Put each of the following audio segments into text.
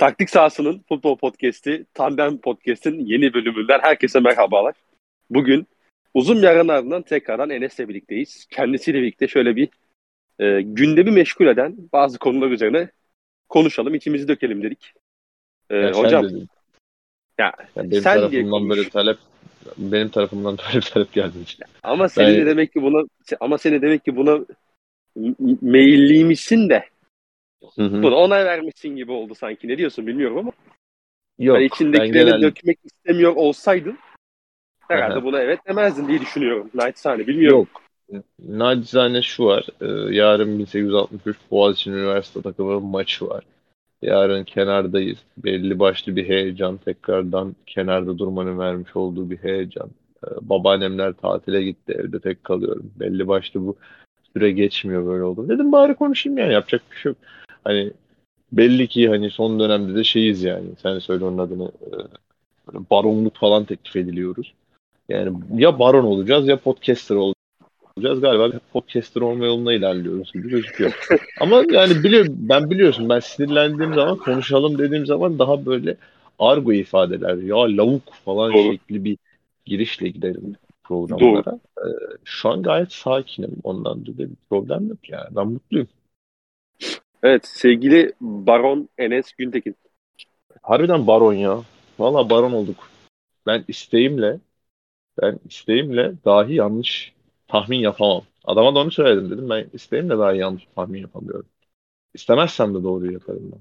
Taktik Sahası'nın Futbol Podcast'i, Tandem Podcast'in yeni bölümünden herkese merhabalar. Bugün uzun bir aranın ardından tekrardan Enes'le birlikteyiz. Kendisiyle birlikte şöyle bir gündemi meşgul eden bazı konular üzerine konuşalım, içimizi dökelim dedik. Ya Hocam, dedim. ya Benim sen diye tarafımdan konuş. benim tarafımdan böyle bir talep geldi. Ama senin de demek ki buna meyilliymişsin de Hı. buna onay vermişsin gibi oldu sanki. Ne diyorsun bilmiyorum ama. Hani Yok, ben içindekilerini genel dökmek istemiyor olsaydın herhalde Hı. buna evet demezdin diye düşünüyorum. Naçizane bilmiyorum. Yok. Nacizane şu var. Yarın 1863 Boğaziçi Üniversite takımı maçı var. Yarın kenardayız. Belli başlı bir heyecan. Tekrardan kenarda durmanın vermiş olduğu bir heyecan. Babaannemler tatile gitti. Evde tek kalıyorum. Belli başlı bu süre geçmiyor, böyle oldu. Dedim bari konuşayım, yani yapacak bir şey yok. Hani belli ki hani son dönemde de şeyiz yani. Sen söyle onun adını. Böyle baronluk falan teklif ediliyoruz. Yani ya baron olacağız ya podcaster olacağız. Galiba podcaster olma yoluna ilerliyoruz gibi gözüküyor. Ama yani ben biliyorsun, ben sinirlendiğim zaman, konuşalım dediğim zaman daha böyle argo ifadeler, ya lavuk falan Doğru. şekli bir girişle giderim Doğru. programlara. Şu an gayet sakinim. Ondan dolayı bir problem yok yani. Ben mutluyum. Evet, sevgili Baron Enes Güntekin. Harbiden baron ya. Valla baron olduk. Ben isteğimle Ben isteğimle dahi yanlış tahmin yapamam. Adama da onu söyledim, dedim. Ben isteğimle dahi yanlış tahmin yapamıyorum. İstemezsem de doğruyu yaparım ben.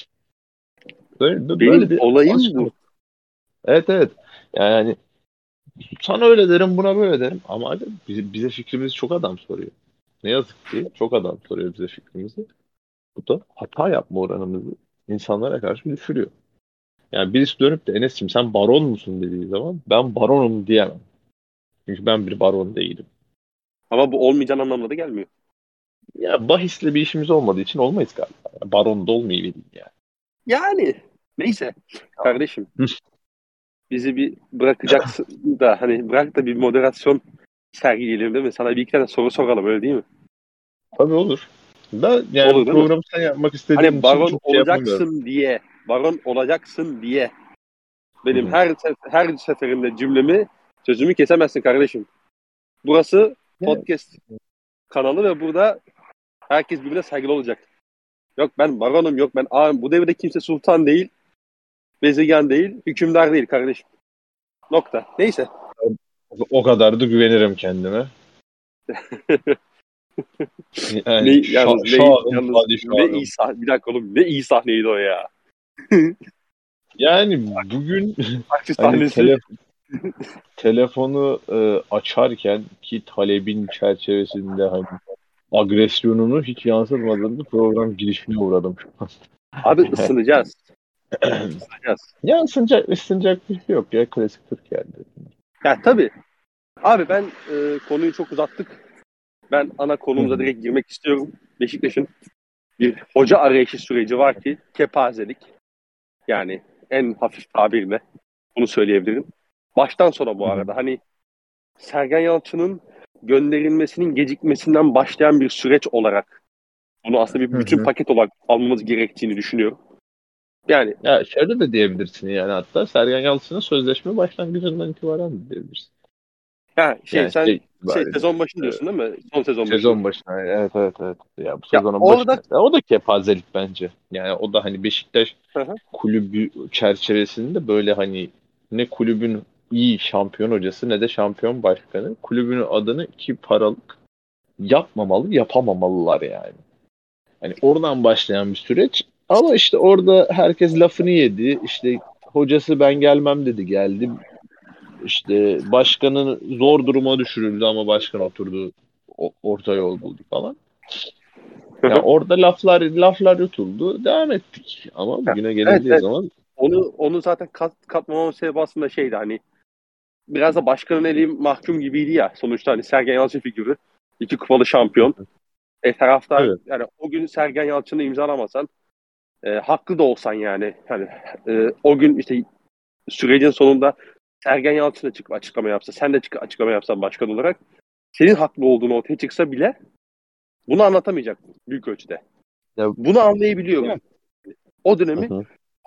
Böyle Benim bir olayım bu. alışkanlık. Evet, evet. Yani sana öyle derim, buna böyle derim. Ama abi bize fikrimizi çok adam soruyor. Ne yazık ki çok adam soruyor bize fikrimizi. Bu da hata yapma oranımızı insanlara karşı düşürüyor. Yani birisi dönüp de Enes'cim sen baron musun dediği zaman ben baronum diyemem. Çünkü ben bir baron değilim. Ama bu olmayacağın anlamına da gelmiyor. Ya bahisle bir işimiz olmadığı için olmayız galiba. Ya baron da olmayabilir yani. Yani neyse Tamam. kardeşim, bizi bir bırakacaksın da hani bırak da bir moderasyon sergileyelim değil mi? Sana bir iki tane soru soralım, öyle değil mi? Tabii olur. Da yani bu Olur değil mi? programı sen yapmak istediğin Hani için baron çok şey yapamıyorum. olacaksın diye Hı benim hı. her seferinde sözümü kesemezsin kardeşim. Burası Yani, podcast kanalı ve burada herkes birbirine saygılı olacak. Yok ben baronum, yok ben ağam. Bu devirde kimse sultan değil, bezirgan değil, hükümdar değil kardeşim. Nokta. Neyse. o kadar da güvenirim kendime. Ne Yani yalnız yalnız ne iyi padişahım. sahne. Bir dakika oğlum, ne iyi sahneydi o ya. Yani bugün Taksi hani sahnesi. telefonu açarken ki talebin çerçevesinde hani agresyonunu hiç yansıtmadığım bir program girişine uğradım şu an. Abi ısınacağız. Isınacağız. Ya ısınacak bir şey yok ya, klasik Türk yani. Ya tabii. Abi ben konuyu çok uzattık. Ben ana Hı konumuza hı. direkt girmek istiyorum. Beşiktaş'ın bir hoca arayışı süreci var ki kepazelik. Yani en hafif tabirle bunu söyleyebilirim. Baştan sona bu Hı hı. arada. Hani Sergen Yalçın'ın gönderilmesinin gecikmesinden başlayan bir süreç olarak bunu aslında bir Hı bütün hı. paket olarak almamız gerektiğini düşünüyorum. Yani Ya şöyle de diyebilirsin, yani hatta Sergen Yalçın'ın sözleşme başlangıcından itibaren de diyebilirsin. Yani sen itibariyle. sezon başı diyorsun değil mi? Son sezon başı. Sezon başına, evet, evet, evet. Ya bu Ya sezonun orada başında. Ya o da kepazelik bence. Yani o da hani Beşiktaş hı hı, kulübü çerçevesinde böyle hani ne kulübün iyi şampiyon hocası ne de şampiyon başkanı kulübün adını iki paralık yapmamalı, yapamamalılar yani. Hani oradan başlayan bir süreç. Ama işte orada herkes lafını yedi. İşte hocası ben gelmem dedi, geldi. İşte başkanın zor duruma düşürüldü ama başkan oturdu, orta yol buldu falan. hı Ya hı. orada laflar yutuldu. Devam ettik. Ama Ya, bugüne evet, gelindiği evet. zaman Onu zaten katmamam sebebi aslında şeydi, hani biraz da başkanın eli mahkum gibiydi ya. Sonuçta hani Sergen Yalçın figürü. İki kupalı şampiyon. Taraftar evet. yani o gün Sergen Yalçın'ı imzalamasan haklı da olsan yani. Hani o gün işte sürecin sonunda Sergen Yalçın da çıkıp açıklama yapsa, sen de çıkıp açıklama yapsan başkan olarak, senin haklı olduğunu ortaya çıksa bile bunu anlatamayacaktın büyük ölçüde. Ya, Bunu anlayabiliyorum. ya. O Hı dönemi hı.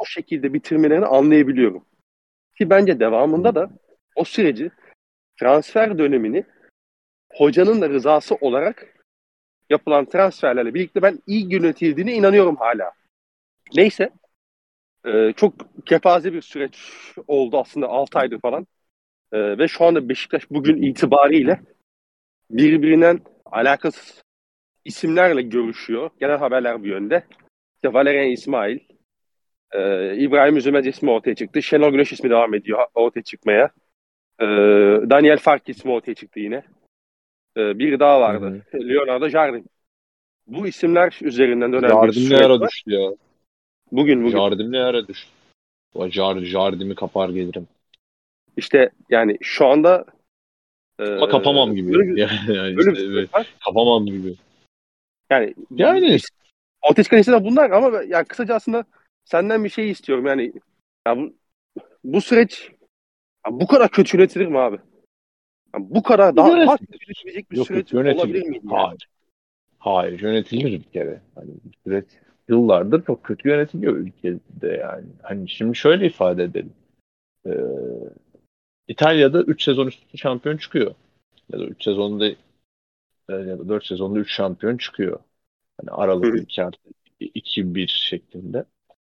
o şekilde bitirmelerini anlayabiliyorum. Ki bence devamında da o süreci, transfer dönemini hocanın da rızası olarak yapılan transferlerle birlikte ben iyi yönetildiğine inanıyorum hala. Neyse, çok kepaze bir süreç oldu aslında 6 aydır falan. Ve şu anda Beşiktaş bugün itibariyle birbirinden alakasız isimlerle görüşüyor. Genel haberler bu yönde. İşte Valerian İsmail, İbrahim Üzülmez ismi ortaya çıktı. Şenol Güneş ismi devam ediyor ortaya çıkmaya. Daniel Fark ismi ortaya çıktı yine. Biri daha vardı. Leonardo Jardim. Bu isimler üzerinden dönen bir Jardim ne süreç ara var. düştü ya? Bugün. Jardim ne ara düştü? Jardim'i kapar gelirim. İşte yani şu anda Ama kapamam gibi. böyle bir, Yani böyle bir işte süreç var. kapamam gibi. Yani Yani ortaya çıkan isimler bunlar ama yani kısaca aslında senden bir şey istiyorum. Yani ya bu süreç ya bu kadar kötü yönetilir mi abi? Ya bu kadar daha kötü yönetilir. yönetilecek bir Yok süreç yönetilir. olabilir miydi yani? Hayır. Hayır yönetilir bir kere. Hani bir süreç yıllardır çok kötü yönetiliyor ülkede yani. Hani şimdi şöyle ifade edelim. Ee, İtalya'da 3 sezon üst üste şampiyon çıkıyor. Ya da 3 sezonda ya da 4 sezonda 3 şampiyon çıkıyor. Hani Hı hı. aralıklı 2 artı 2-1 şeklinde.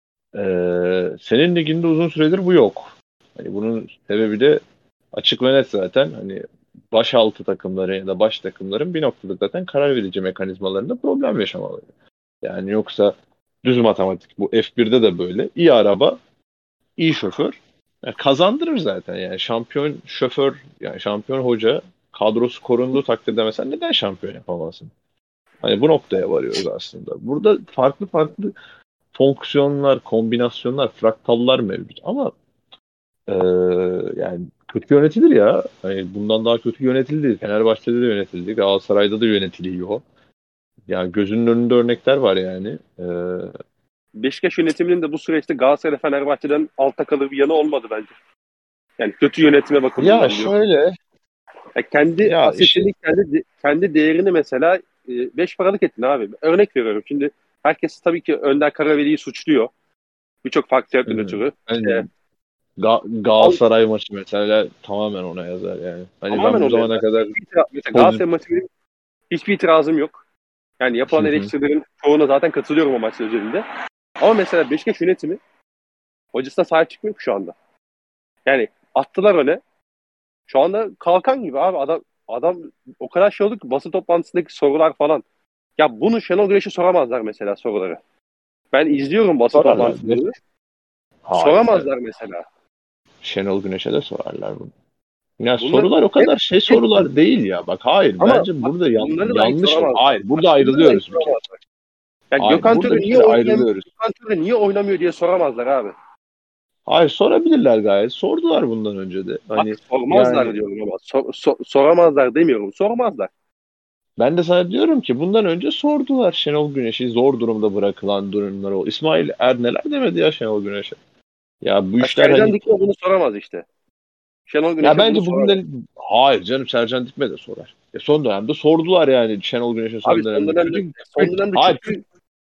Senin liginde uzun süredir bu yok. Hani bunun sebebi de açık ve net zaten. Hani baş altı takımları ya da baş takımların bir noktada zaten karar verici mekanizmalarında problem yaşamaları. Yani yoksa düz matematik bu F1'de de böyle. İyi araba, iyi şoför. Yani kazandırır zaten yani şampiyon şoför yani şampiyon hoca kadrosu korunduğu takdirde mesela neden şampiyon yapamazsın? Hani bu noktaya varıyoruz aslında. Burada farklı farklı fonksiyonlar, kombinasyonlar, fraktallar mevcut. Ama e, yani kötü yönetilir ya. Hani bundan daha kötü yönetildi. Fenerbahçe'de de yönetildi. Galatasaray'da da yönetiliyor. Yani gözünün önünde örnekler var yani. Beşiktaş yönetiminin de bu süreçte Galatasaray Fenerbahçe'den altta kalır bir yanı olmadı bence. Yani kötü yönetime Ya bakımından diyor. şöyle Ya kendi ya işin asetini, kendi değerini mesela 5 paralık ettin abi. Örnek veriyorum. Şimdi herkes tabii ki Önder Karaveli'yi suçluyor. Birçok farklı sebepten ötürü. İşte, yani Galatasaray maçı mesela tamamen ona yazar yani. Hani tamamen ben bu onu zamana yazar. kadar Mesela pozit Galatasaray maçı benim hiçbir itirazım yok. Yani yapılan eleştirilerin çoğuna zaten katılıyorum o maçla özelinde. Ama mesela Beşiktaş yönetimi hocasına sahip çıkmıyor ki şu anda. Yani attılar öne. Şu anda kalkan gibi abi adam o kadar şey oldu ki basın toplantısındaki sorular falan. Ya bunu Şenol Güneş'e soramazlar mesela soruları. Ben izliyorum basın sorarlar. toplantılarını. Hayır canım. Soramazlar mesela. Şenol Güneş'e de sorarlar bunu. Ya Bunları sorular o hep, kadar şey hep sorular değil ya. Bak hayır ama bence bak burada bunları dahi yanlış var. soramazlar. Hayır Bak burada bunları dahi ayrılıyoruz bir kere. soramazlar. Ya Hayır Gökhan burada Töre bir niye kere oynayamıyor? ayrılıyoruz. Gökhan Töre niye oynamıyor diye soramazlar abi. Hayır sorabilirler gayet. Sordular bundan önce de. Bak Hani sormazlar yani diyorum ama soramazlar demiyorum. Sormazlar. ben de sana diyorum ki bundan önce sordular Şenol Güneş'i zor durumda bırakılan durumlar o. İsmail neler demedi ya Şenol Güneş'e. Ya bu Ya işler Sercan hani Dikme bunu soramaz işte. Şenol ya Güneş'e bunu bence soramaz. hayır canım Sercan Dikme de sorar. Son dönemde sordular yani Şenol Güneş'e Abi son dönemde. son dönemde Hayır çünkü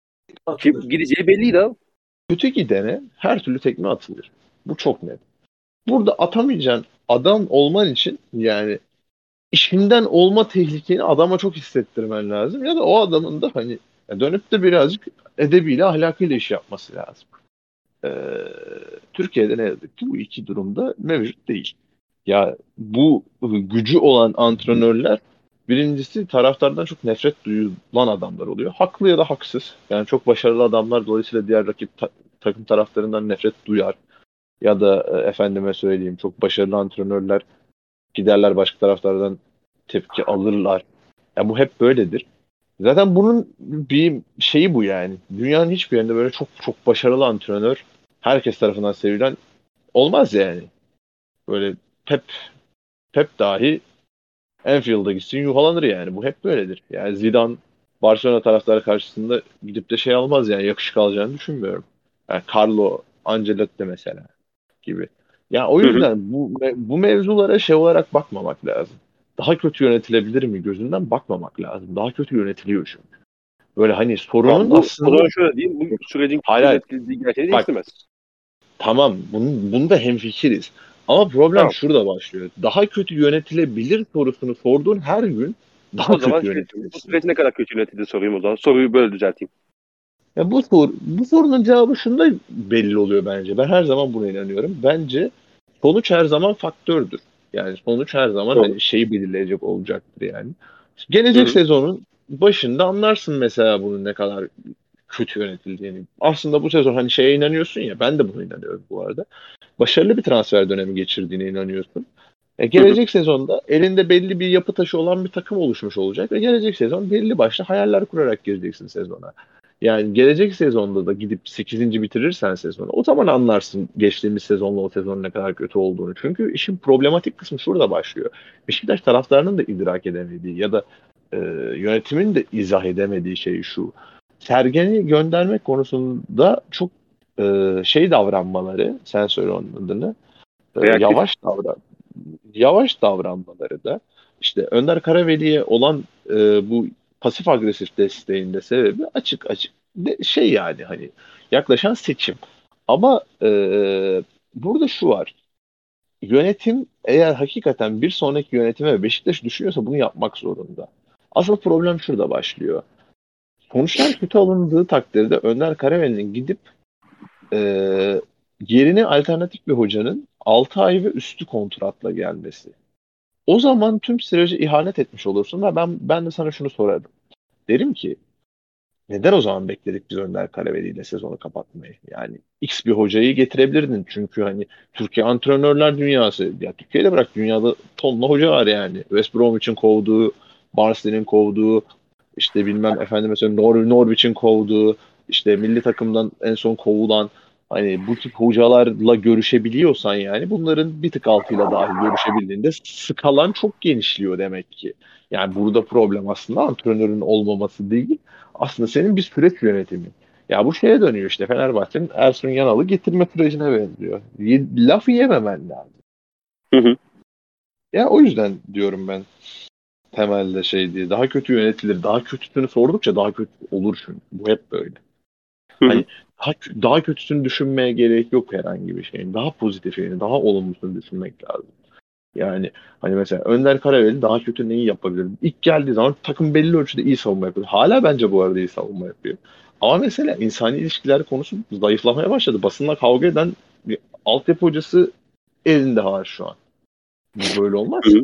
gideceği belliydi abi. kötü gidene her türlü tekme atılır. Bu çok net. Burada atamayacağın adam olman için yani işinden olma tehlikeni adama çok hissettirmen lazım. Ya da o adamın da hani dönüp de birazcık edebiyle ahlakıyla iş yapması lazım. Ee, Türkiye'de ne yazık ki bu iki durumda mevcut değil. Ya bu gücü olan antrenörler birincisi taraftardan çok nefret duyulan adamlar oluyor. Haklı ya da haksız. Yani çok başarılı adamlar dolayısıyla diğer rakip takım taraftarından nefret duyar. Ya da efendime söyleyeyim çok başarılı antrenörler giderler başka taraftardan tepki alırlar. Ya bu hep böyledir. Zaten bunun bir şeyi bu yani. Dünyanın hiçbir yerinde böyle çok çok başarılı antrenör herkes tarafından sevilen olmaz yani. Böyle Pep Pep dahi Anfield'a gitsin yuhalanır yani. Bu hep böyledir. Yani Zidane Barcelona taraftarı karşısında gidip de şey almaz yani yakışık alacağını düşünmüyorum. Yani Carlo Ancelotti mesela gibi. Ya o Hı hı. yüzden bu mevzulara şey olarak bakmamak lazım. Daha kötü yönetilebilir mi gözünden bakmamak lazım. Daha kötü yönetiliyor çünkü. Böyle hani Tamam sorunun bu o aslında zaman şöyle diyeyim. Bu sürecin hayır kötü hayır yönetildiği gerçeğini bak değiştirmez. Tamam, bunda hemfikiriz. Ama problem Tamam. şurada başlıyor. Daha kötü yönetilebilir sorusunu sorduğun her gün daha O zaman kötü şöyle söyleyeyim. Bu yönetilirsin. süreç ne kadar kötü yönetildi sorayım o zaman. Soruyu böyle düzelteyim. Ya bu sorunun cevabı şunda belli oluyor bence. Ben her zaman buna inanıyorum. Bence sonuç her zaman faktördür. Yani sonuç her zaman Doğru. hani şeyi belirleyecek olacaktır yani. Hı Gelecek hı. sezonun başında anlarsın mesela bunun ne kadar kötü yönetildiğini. Aslında bu sezon hani şeye inanıyorsun ya, ben de buna inanıyorum bu arada. Başarılı bir transfer dönemi geçirdiğine inanıyorsun. Hı hı. Gelecek sezonda elinde belli bir yapı taşı olan bir takım oluşmuş olacak ve gelecek sezon belli başlı hayaller kurarak gireceksin sezona. Yani gelecek sezonda da gidip sekizinci bitirirsen sezonu, o zaman anlarsın geçtiğimiz sezonla o sezonun ne kadar kötü olduğunu. Çünkü işin problematik kısmı şurada başlıyor. Beşiktaş taraftarının da idrak edemediği ya da e, yönetimin de izah edemediği şey şu. Sergen'i göndermek konusunda çok şey davranmaları, sen söyle onun adını, Reaktif. yavaş davranmaları da işte Önder Karaveli'ye olan bu pasif agresif desteğinde sebebi açık açık şey yani hani yaklaşan seçim. Ama burada şu var. Yönetim eğer hakikaten bir sonraki yönetime Beşiktaş düşünüyorsa bunu yapmak zorunda. Asıl problem şurada başlıyor. Sonuçlar kötü alındığı takdirde Önder Karaveli'nin gidip e, yerine alternatif bir hocanın 6 ay ve üstü kontratla gelmesi. O zaman tüm sürece ihanet etmiş olursun ve ben de sana şunu sorarım. Derim ki neden o zaman bekledik biz Önder Karaveli ile sezonu kapatmayı? Yani X bir hocayı getirebilirdin. Çünkü hani Türkiye antrenörler dünyası. Ya Türkiye'de bırak, dünyada tonla hoca var yani. West Bromwich'in kovduğu, Barnsley'nin kovduğu, işte bilmem efendim mesela Norwich'in kovduğu, işte milli takımdan en son kovulan, hani bu tip hocalarla görüşebiliyorsan yani bunların bir tık altıyla dahi görüşebildiğinde skalan çok genişliyor demek ki. Yani burada problem aslında antrenörün olmaması değil. Aslında senin bir süreç yönetimin. Ya bu şeye dönüyor işte, Fenerbahçe'nin Ersun Yanal'ı getirme sürecine benziyor. Lafı yememen lazım. Hı hı. Ya o yüzden diyorum ben temelde şey diye. Daha kötü yönetilir. Daha kötüsünü sordukça daha kötü olur çünkü. Bu hep böyle. Hı hı. Hani daha kötüsünü düşünmeye gerek yok herhangi bir şeyin. Daha pozitifini, daha olumlusunu düşünmek lazım. Yani hani mesela Önder Karaveli daha kötü neyi yapabilir? İlk geldiği zaman takım belli ölçüde iyi savunma yapıyor. Hala bence bu arada iyi savunma yapıyor. Ama mesela insani ilişkiler konusu zayıflamaya başladı. Basınla kavga eden bir altyapı hocası elinde var şu an. Bu böyle Hı olmaz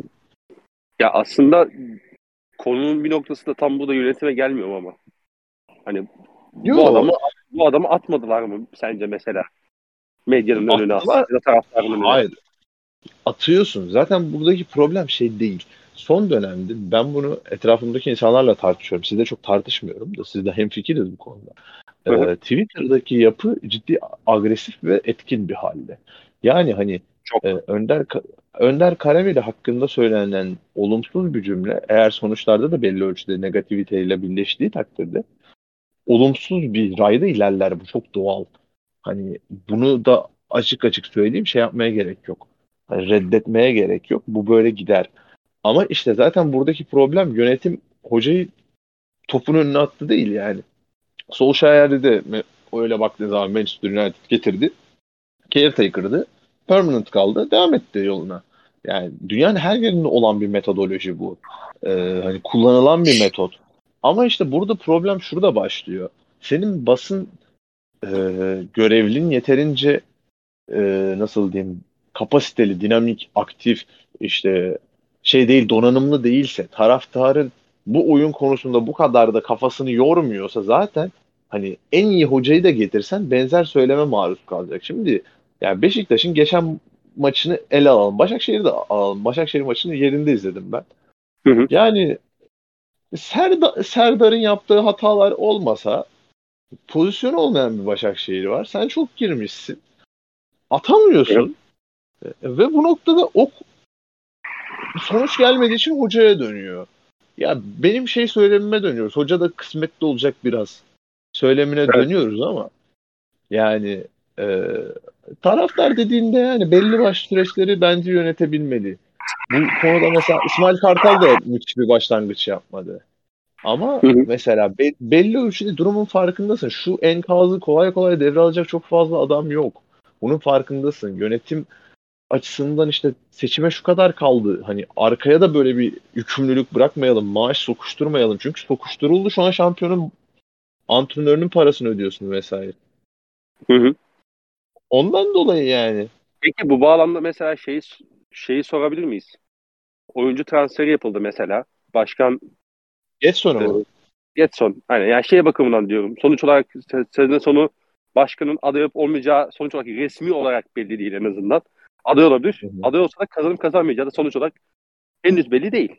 hı. ki. Ya aslında konunun bir noktası da tam burada yönetime gelmiyor ama. Hani bu Yo, adamı bu adamı atmadılar mı sence mesela? Medyanın önüne attılar. ya da taraftarın önüne. Hayır. Atıyorsun. Zaten buradaki problem şey değil. Son dönemde ben bunu etrafımdaki insanlarla tartışıyorum. Sizle çok tartışmıyorum da sizle hemfikiriz bu konuda. Hı hı. Twitter'daki yapı ciddi agresif ve etkin bir halde. Yani hani Çok. Önder Karaveli hakkında söylenen olumsuz bir cümle eğer sonuçlarda da belli ölçüde negativiteyle birleştiği takdirde olumsuz bir rayda ilerler. Bu çok doğal. Hani bunu da açık açık söyleyeyim, şey yapmaya gerek yok. Hani reddetmeye gerek yok. Bu böyle gider. Ama işte zaten buradaki problem yönetim hocayı topun önüne attı değil yani. Solskjaer'de de öyle baktığın zaman Manchester United getirdi. Caretaker'dı. Permanent kaldı. Devam etti yoluna. Yani dünyanın her yerinde olan bir metodoloji bu. Hani kullanılan bir metot. Ama işte burada problem şurada başlıyor. Senin basın e, görevlin yeterince nasıl diyeyim, kapasiteli, dinamik, aktif, işte şey değil, donanımlı değilse, taraftarın bu oyun konusunda bu kadar da kafasını yormuyorsa zaten hani en iyi hocayı da getirsen benzer söyleme maruz kalacak. Şimdi yani Beşiktaş'ın geçen maçını ele alalım. Başakşehir'i de alalım. Başakşehir maçını yerinde izledim ben. Hı hı. Yani Serdar'ın yaptığı hatalar olmasa pozisyon olmayan bir Başakşehir var. Sen çok girmişsin. Hı hı. Atamıyorsun. Ve bu noktada sonuç gelmediği için hocaya dönüyor. Ya benim şey söylemime dönüyoruz. Hoca da kısmetli olacak biraz. Söylemine Evet. dönüyoruz ama yani e, taraftar dediğinde yani belli başlı süreçleri bence yönetebilmeli. Bu konuda mesela İsmail Kartal da müthiş bir başlangıç yapmadı. Ama Hı hı. mesela belli ölçüde durumun farkındasın. Şu enkazı kolay kolay devralacak çok fazla adam yok. Bunun farkındasın. Yönetim açısından işte seçime şu kadar kaldı. Hani arkaya da böyle bir yükümlülük bırakmayalım. Maaş sokuşturmayalım. Çünkü sokuşturuldu. Şu an şampiyonun antrenörünün parasını ödüyorsun vesaire. Hı hı. Ondan dolayı yani. Peki bu bağlamda mesela şeyi sorabilir miyiz? Oyuncu transferi yapıldı mesela. Başkan Geç sonu e, mu? Getson. Hani yani şey bakımından diyorum. Sonuç olarak sezon sonu başkanın aday olup olmayacağı sonuç olarak resmi olarak belli değil en azından. Aday olabilir. Hı hı. Aday olsa da kazanıp kazanmayacağı da sonuç olarak henüz belli değil.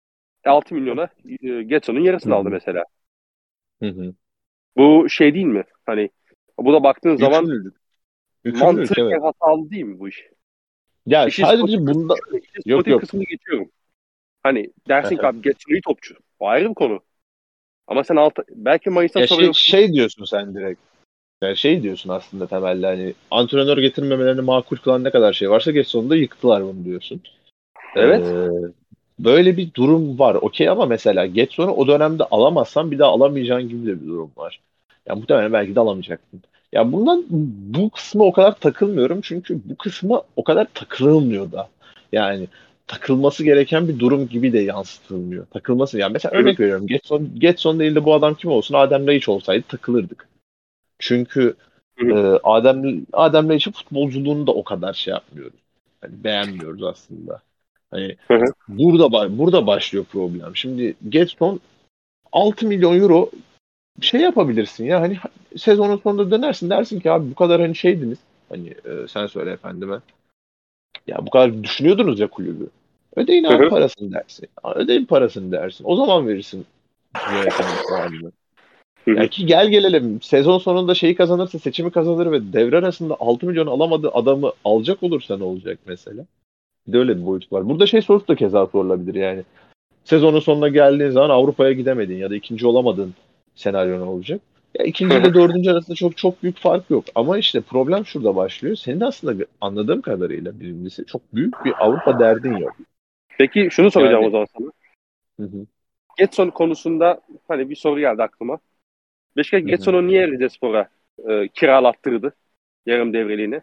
6 milyona Getson'un Hı yarısını aldı hı. mesela. Hı hı. Bu şey değil mi? Hani bu da baktığın zaman Yükümlülük. Yükümlülük, evet. mantıken hatalı değil mi bu iş? Ya İşin sportif sadece kısmını, bunda işin yok sportif yok. kısmını geçiyorum. Hani dersin ki abi Getson iyi topçu. O ayrı bir konu. Ama sen belki Mayıs'tan Ya sonra yoksun. şey diyorsun sen direkt. Yani şey diyorsun aslında temelde, hani antrenör getirmemelerini makul kılan ne kadar şey varsa geç sonunda yıktılar bunu diyorsun. Evet. Ee, Böyle bir durum var. Okey, ama mesela geç sonra o dönemde alamazsan bir daha alamayacağın gibi de bir durum var. Ya muhtemelen belki de alamayacaktın. Ya bundan bu kısmı o kadar takılmıyorum çünkü bu kısmı o kadar takılmıyor da. Yani takılması gereken bir durum gibi de yansıtılmıyor. Takılması, yani mesela Hı hı. örnek veriyorum. Getson değil de bu adam kim olsun? Adem Laiç olsaydı takılırdık. Çünkü Hı hı. Adem Laiç'in futbolculuğunu da o kadar şey yapmıyoruz. Hani beğenmiyoruz aslında. Hani Hı hı. burada başlıyor problem. Şimdi Getson 6 milyon euro şey yapabilirsin ya, hani sezonun sonunda dönersin, dersin ki abi bu kadar hani şeydiniz, hani sen söyle efendime, ya bu kadar düşünüyordunuz ya kulübü. Ödeyin Hı abi hı. parasını dersin. Ödeyin parasını dersin. O zaman verirsin yönetime puanını. Hı Ya hı. ki gel gelelim sezon sonunda şeyi kazanırsa, seçimi kazanır ve devre arasında 6 milyon alamadığı adamı alacak olursa ne olacak mesela? Bir de öyle bir boyut var. Burada şey sorusu da keza sorulabilir yani. Sezonun sonuna geldiğin zaman Avrupa'ya gidemedin ya da ikinci olamadın, senaryo ne olacak? Ya Hı ikinci hı. ile dördüncü arasında çok büyük fark yok. Ama işte problem şurada başlıyor. Senin de aslında anladığım kadarıyla birincisi çok büyük bir Avrupa derdin yok. Peki şunu soracağım o Yani zaman sana. hı hı, Getson konusunda hani bir soru geldi aklıma. Beşiktaş hı hı. Getson'u niye Rizespor'a kiralattırdı yarım devreliğine?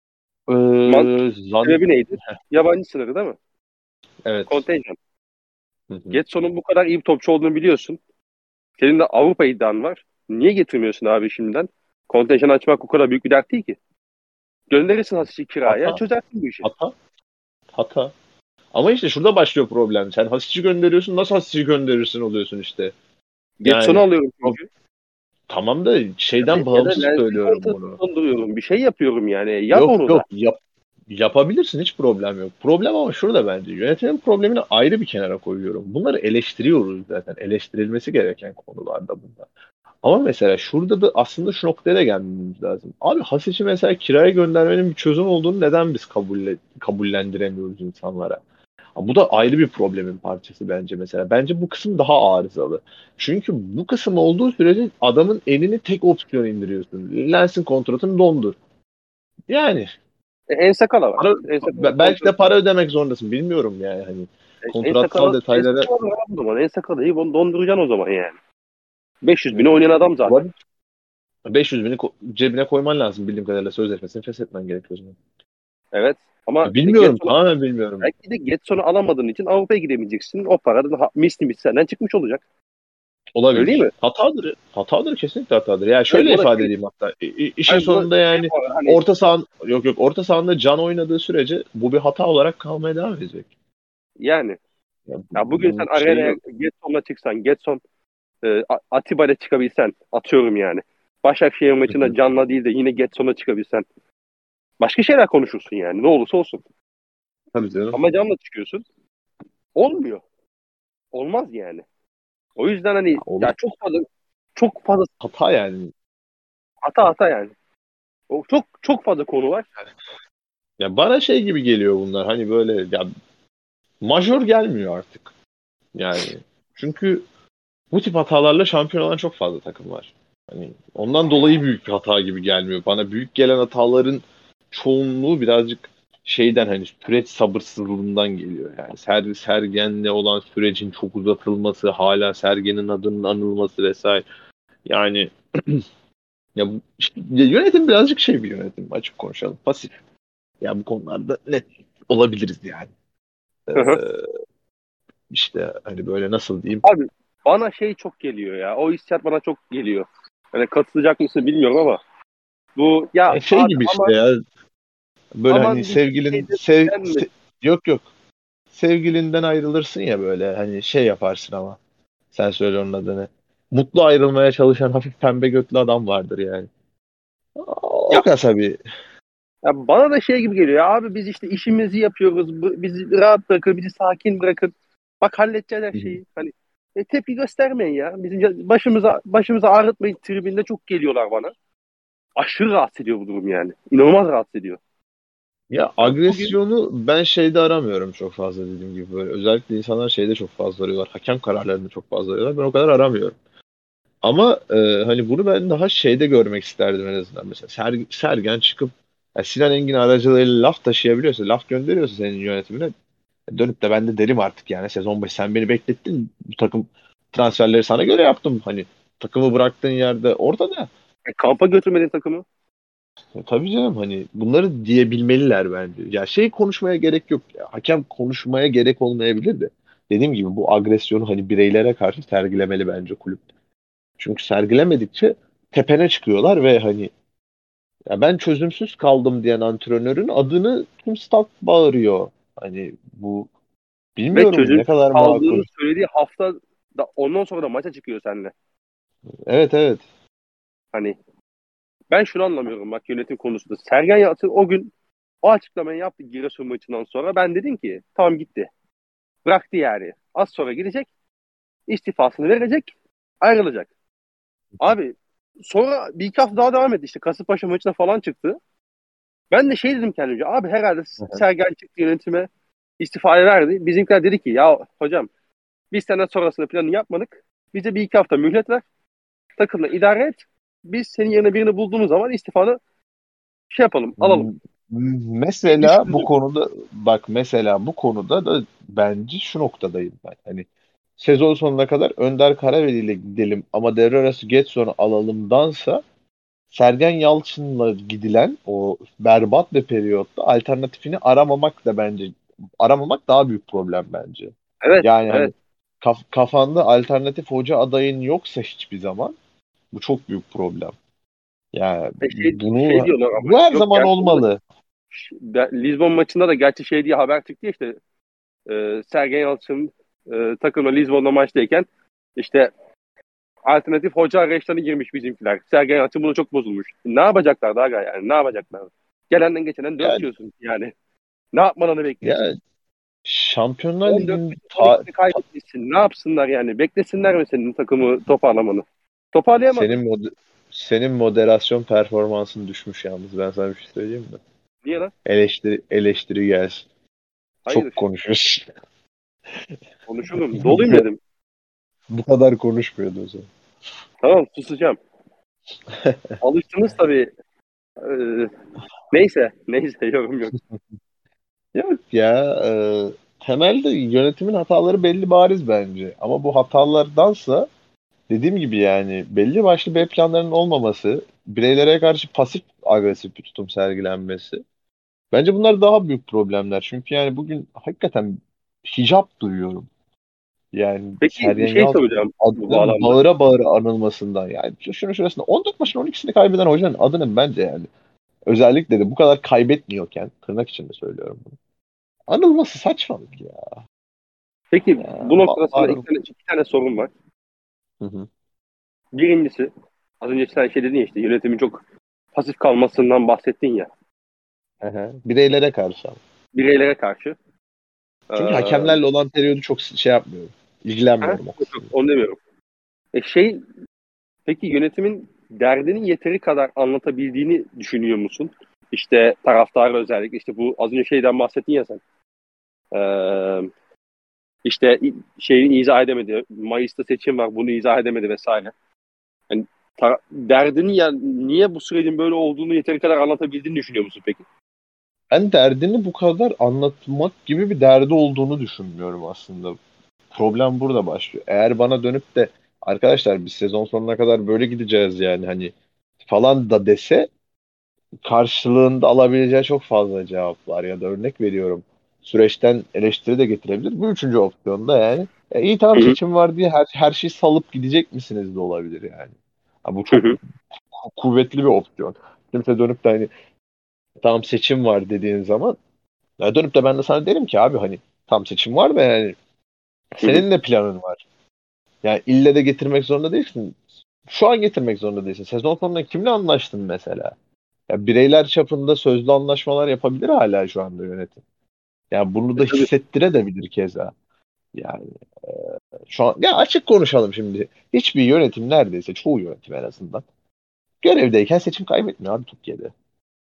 Ee, zan Sebebi neydi? Yabancı sınırı değil mi? evet. Kontenjan. Hı hı. Getson'un bu kadar iyi bir topçu olduğunu biliyorsun. Senin de Avrupa iddian var. Niye getirmiyorsun abi şimdiden? Kontenjan açmak o kadar büyük bir dert değil ki. Gönderirsin Hasic'i kiraya, Hata, çözersin bu işi. hata, hata. Ama işte şurada başlıyor problem. Sen Hasic'i gönderiyorsun. Nasıl Hasic'i gönderirsin oluyorsun işte. Getson'u Yani alıyorum çünkü. tamam da şeyden Ya da bağımsız Lens'in söylüyorum kontratını bunu. donduruyorum. Bir şey yapıyorum yani. Yap Yok onu da. yok, yapabilirsin, hiç problem yok. Problem ama şurada bence. Yönetimin problemini ayrı bir kenara koyuyorum. Bunları eleştiriyoruz zaten. Eleştirilmesi gereken konularda bunlar. Ama mesela şurada da aslında şu noktaya da gelmemiz lazım. Abi Hasic'i mesela kiraya göndermenin bir çözüm olduğunu neden biz kabullendiremiyoruz insanlara? Bu da ayrı bir problemin parçası bence mesela. Bence bu kısım daha arızalı. Çünkü bu kısım olduğu sürece adamın elini tek opsiyon indiriyorsun. Lens'in kontratını dondur. Yani En Sakala var. para, En Sakala belki de kontratı. para ödemek zorundasın. Bilmiyorum yani, hani En kontratsal Sakala, En detaylara Sakala var o zaman. En Sakala'yı donduracaksın o zaman yani. 500 Hı bine hı. oynayan adam zaten. Olabilir. 500 bini cebine koyman lazım, bildiğim kadarıyla sözleşmesini feshetmen gerekiyor o zaman. Evet. Ama işte Bilmiyorum, tamamen bilmiyorum. belki de Getson'u alamadığın için Avrupa'ya gidemeyeceksin. O paradan misli senden çıkmış olacak. Öyle değil Olabilir. mi? Hatadır. Hatadır, kesinlikle hatadır. Yani Hayır şöyle bu da ifade şey, edeyim hatta. İşin hayır bu da sonunda şey yani var, hani orta sahan yok yok, orta sahanda Can oynadığı sürece bu bir hata olarak kalmaya devam edecek. yani. Ya Ya bugün sen bunun şeyi arenaya yok. Getson'la çıksan, Atiba'yla çıkabilsen, atıyorum yani. Başakşehir Hı maçında hı. Can'la değil de yine Getson'la çıkabilsen. Başka şeyler konuşursun yani. Ne olursa olsun. Tabii canım. Ama Can'la çıkıyorsun. Olmuyor. Olmaz yani. O yüzden Ya hani olur. ya çok fazla Hata yani. hata yani. O çok fazla konu var. Ya bana şey gibi geliyor bunlar. Hani böyle ya majör gelmiyor artık. Yani çünkü bu tip hatalarla şampiyon olan çok fazla takım var. Hani ondan dolayı büyük bir hata gibi gelmiyor. Bana büyük gelen hataların çoğunluğu birazcık şeyden, hani süreç sabırsızlığından geliyor. Yani Sergen'le olan sürecin çok uzatılması, hala Sergen'in adının anılması vesaire. Yani işte yönetim birazcık şey bir yönetim, açık konuşalım. Pasif. Ya bu konularda net olabiliriz yani. Ee, Hı hı. işte hani böyle nasıl diyeyim? Abi bana şey çok geliyor ya. O hissiyat bana çok geliyor. Hani katılacak mısın bilmiyorum ama bu ya Şey abi gibi ama işte ya, böyle hani aman bir şey sevgilin de denme. yok yok, sevgilinden ayrılırsın ya, böyle hani şey yaparsın ama sen söyle onun adını. Mutlu ayrılmaya çalışan hafif pembe götlü adam vardır yani. O Ya, kasa bir. ya bana da şey gibi geliyor. Ya abi biz işte işimizi yapıyoruz. Bizi rahat bırakın, bizi sakin bırakın. Bak halledeceğiz her Hı hı. şeyi. Hani tepki göstermeyin ya. Bizim başımıza ağrıtmayın tribinde çok geliyorlar bana. Aşırı rahatsız ediyor bu durum yani. İnanılmaz rahatsız ediyor. Ya Yani bugün agresyonu ben şeyde aramıyorum çok fazla, dediğim gibi böyle. Özellikle insanlar şeyde çok fazla arıyorlar. Hakem kararlarını çok fazla arıyorlar. Ben o kadar aramıyorum. Ama hani bunu ben daha şeyde görmek isterdim en azından. Mesela Sergen çıkıp ya Sinan Engin aracılığıyla laf taşıyabiliyorsa, laf gönderiyorsa senin yönetimine, dönüp de ben de derim artık yani, sezon başı sen beni beklettin. Bu takım transferleri sana göre yaptım. Hani takımı bıraktığın yerde ortada. kampa götürmediğin takımı. Tabii canım, hani bunları diyebilmeliler bence. Ya şey konuşmaya gerek yok ya. Hakem konuşmaya gerek olmayabilir de. Dediğim gibi bu agresyonu hani bireylere karşı sergilemeli bence kulüp. Çünkü sergilemedikçe tepene çıkıyorlar ve hani ya ben çözümsüz kaldım diyen antrenörün adını tüm stat bağırıyor. Hani bu, Ve bilmiyorum ne çözümsüz kadar kaldığını makul. söylediği hafta da ondan sonra da maça çıkıyor seninle. Evet, evet. Hani ben şunu anlamıyorum bak yönetim konusunda. Sergen Yalçın o gün o açıklamayı yaptı Giresun maçından sonra. Ben dedim ki tamam gitti. Bıraktı yani. Az sonra gidecek. İstifasını verecek. Ayrılacak. Abi sonra bir iki hafta daha devam etti. İşte Kasımpaşa maçına falan çıktı. Ben de şey dedim kendimce. Abi herhalde Hı hı. Sergen çıktı yönetime istifayı verdi. Bizimkiler dedi ki ya hocam biz senden sonrasında planı yapmadık. Bize bir iki hafta mühlet ver. Takımla idare et. Biz senin yerine birini bulduğumuz zaman istifanı şey yapalım, alalım. M- Bir Mesela bu düşündüm. konuda bak, mesela bu konuda da bence şu noktadayım ben. Hani sezon sonuna kadar Önder Karaveli ile gidelim ama devre arası Getson'u alalımdansa Sergen Yalçın'la gidilen o berbat bir periyotta alternatifini aramamak da bence, aramamak daha büyük problem bence. Evet, Yani evet. hani kafanda alternatif hoca adayın yoksa hiçbir zaman bu çok büyük problem. Yani Şey bunu, diyorlar ama bu her yok zaman gerçi onda olmalı. Lizbon maçında da gerçi şey diye haber çıktı ya işte Sergen Yalçın takımla Lizbon'da maçtayken işte alternatif hoca arayışlarına girmiş bizimkiler. Sergen Yalçın buna çok bozulmuş. Ne yapacaklar daha yani ne yapacaklar? Gelenden geçenden dört Yani, yiyorsun yani. Ne yapmalarını bekliyorsun? yani Şampiyonlar 14 Ligi'nin maçın 12'sini kaybetmişsin. Ne yapsınlar yani? Beklesinler mi senin takımı toparlamanı? Toparlayamazlar. senin moderasyon performansın düşmüş yalnız. Ben sana bir şey söyleyeyim mi? Niye lan? Eleştiri gelsin. Çok Hayır. konuşuyorsun. Konuşurum. Doluyum dedim. Bu kadar konuşmuyordu o zaman. Tamam susacağım. Alıştınız tabii. Ee, neyse. Neyse yorum yok. Yok ya, temelde yönetimin hataları belli bariz bence. Ama bu hatalardansa, dediğim gibi yani belli başlı B planlarının olmaması, bireylere karşı pasif agresif bir tutum sergilenmesi. Bence bunlar daha büyük problemler. Çünkü yani bugün hakikaten hicap duyuyorum. Yani Peki bir Sergen şey Yalçın'ın soracağım bu adının bağlamda. bağıra bağıra anılmasından, yani şunu şurasında 14 maçın 12'sini kaybeden hocanın adının bence yani özellikle de bu kadar kaybetmiyorken, tırnak içinde söylüyorum bunu, anılması saçmalık ya. Peki Ya bu noktada sana bağırın. iki tane sorum var. Hı hı. Birincisi az önce sen şey dedin ya işte yönetimin çok pasif kalmasından bahsettin ya. Aha. Bireylere karşı ama. Bireylere karşı. Çünkü Ee, hakemlerle olan periyodu çok şey yapmıyorum. ha? İlgilenmiyorum o Yok, yok, kısmında. onu demiyorum. Şey peki yönetimin derdini yeteri kadar anlatabildiğini düşünüyor musun? İşte taraftarı özellikle işte bu az önce şeyden bahsettin ya sen. Ee, işte şeyi izah edemedi. Mayıs'ta seçim var bunu izah edemedi vesaire. Yani derdini yani niye bu sürecin böyle olduğunu yeteri kadar anlatabildiğini düşünüyor musun peki? Ben derdini bu kadar anlatmak gibi bir derdi olduğunu düşünmüyorum aslında. Problem burada başlıyor. Eğer bana dönüp de arkadaşlar biz sezon sonuna kadar böyle gideceğiz yani, hani falan da dese karşılığında alabileceği çok fazla cevap var. Ya da örnek veriyorum. Süreçten eleştiri de getirebilir. Bu üçüncü opsiyonda yani. İyi tamam Hı hı. seçim var diye her şeyi salıp gidecek misiniz de olabilir yani. Ha, bu Hı çok hı. kuvvetli bir opsiyon. Kimse dönüp de hani tamam seçim var dediğin zaman ya dönüp de ben de sana derim ki abi hani tam seçim var da yani Hı hı. senin de planın var. Yani ille de getirmek zorunda değilsin. Şu an getirmek zorunda değilsin. Sezon sonunda kimle anlaştın mesela? Ya bireyler çapında sözlü anlaşmalar yapabilir hala şu anda yönetim. Yani bunu da Tabii. hissettirebilir keza. Yani şu an ya açık konuşalım şimdi. Hiçbir yönetim neredeyse çoğu yönetim en azından görevdeyken seçim kaybetmiyor abi Türkiye'de.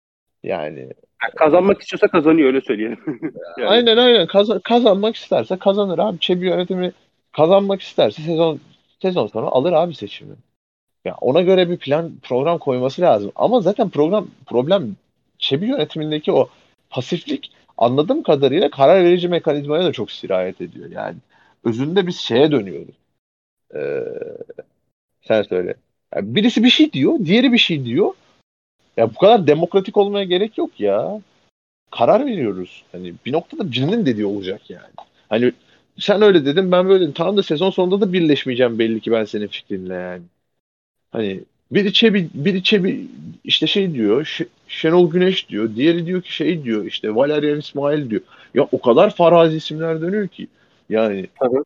Yani Kazanmak istiyorsa kazanıyor, öyle söyleyelim. Yani. aynen kazanmak isterse kazanır abi. Çebi yönetimi kazanmak isterse sezon sonu alır abi seçimi. Ya ona göre bir plan program koyması lazım. Ama zaten problem Çebi yönetimindeki o pasiflik anladığım kadarıyla karar verici mekanizmaya da çok sirayet ediyor. Yani özünde biz şeye dönüyoruz. Ee, sen söyle. Ya birisi bir şey diyor, diğeri bir şey diyor. Ya bu kadar demokratik olmaya gerek yok ya. Karar veriyoruz. Hani bir noktada birinin dediği olacak yani. Hani sen öyle dedin, ben böyle dedim. Tamam da sezon sonunda da birleşmeyeceğim belli ki ben senin fikrinle yani. Hani biri işte şey diyor, Şenol Güneş diyor. Diğeri diyor ki şey diyor, işte Valerian İsmail diyor. Ya o kadar farazi isimler dönüyor ki. Yani Tabii.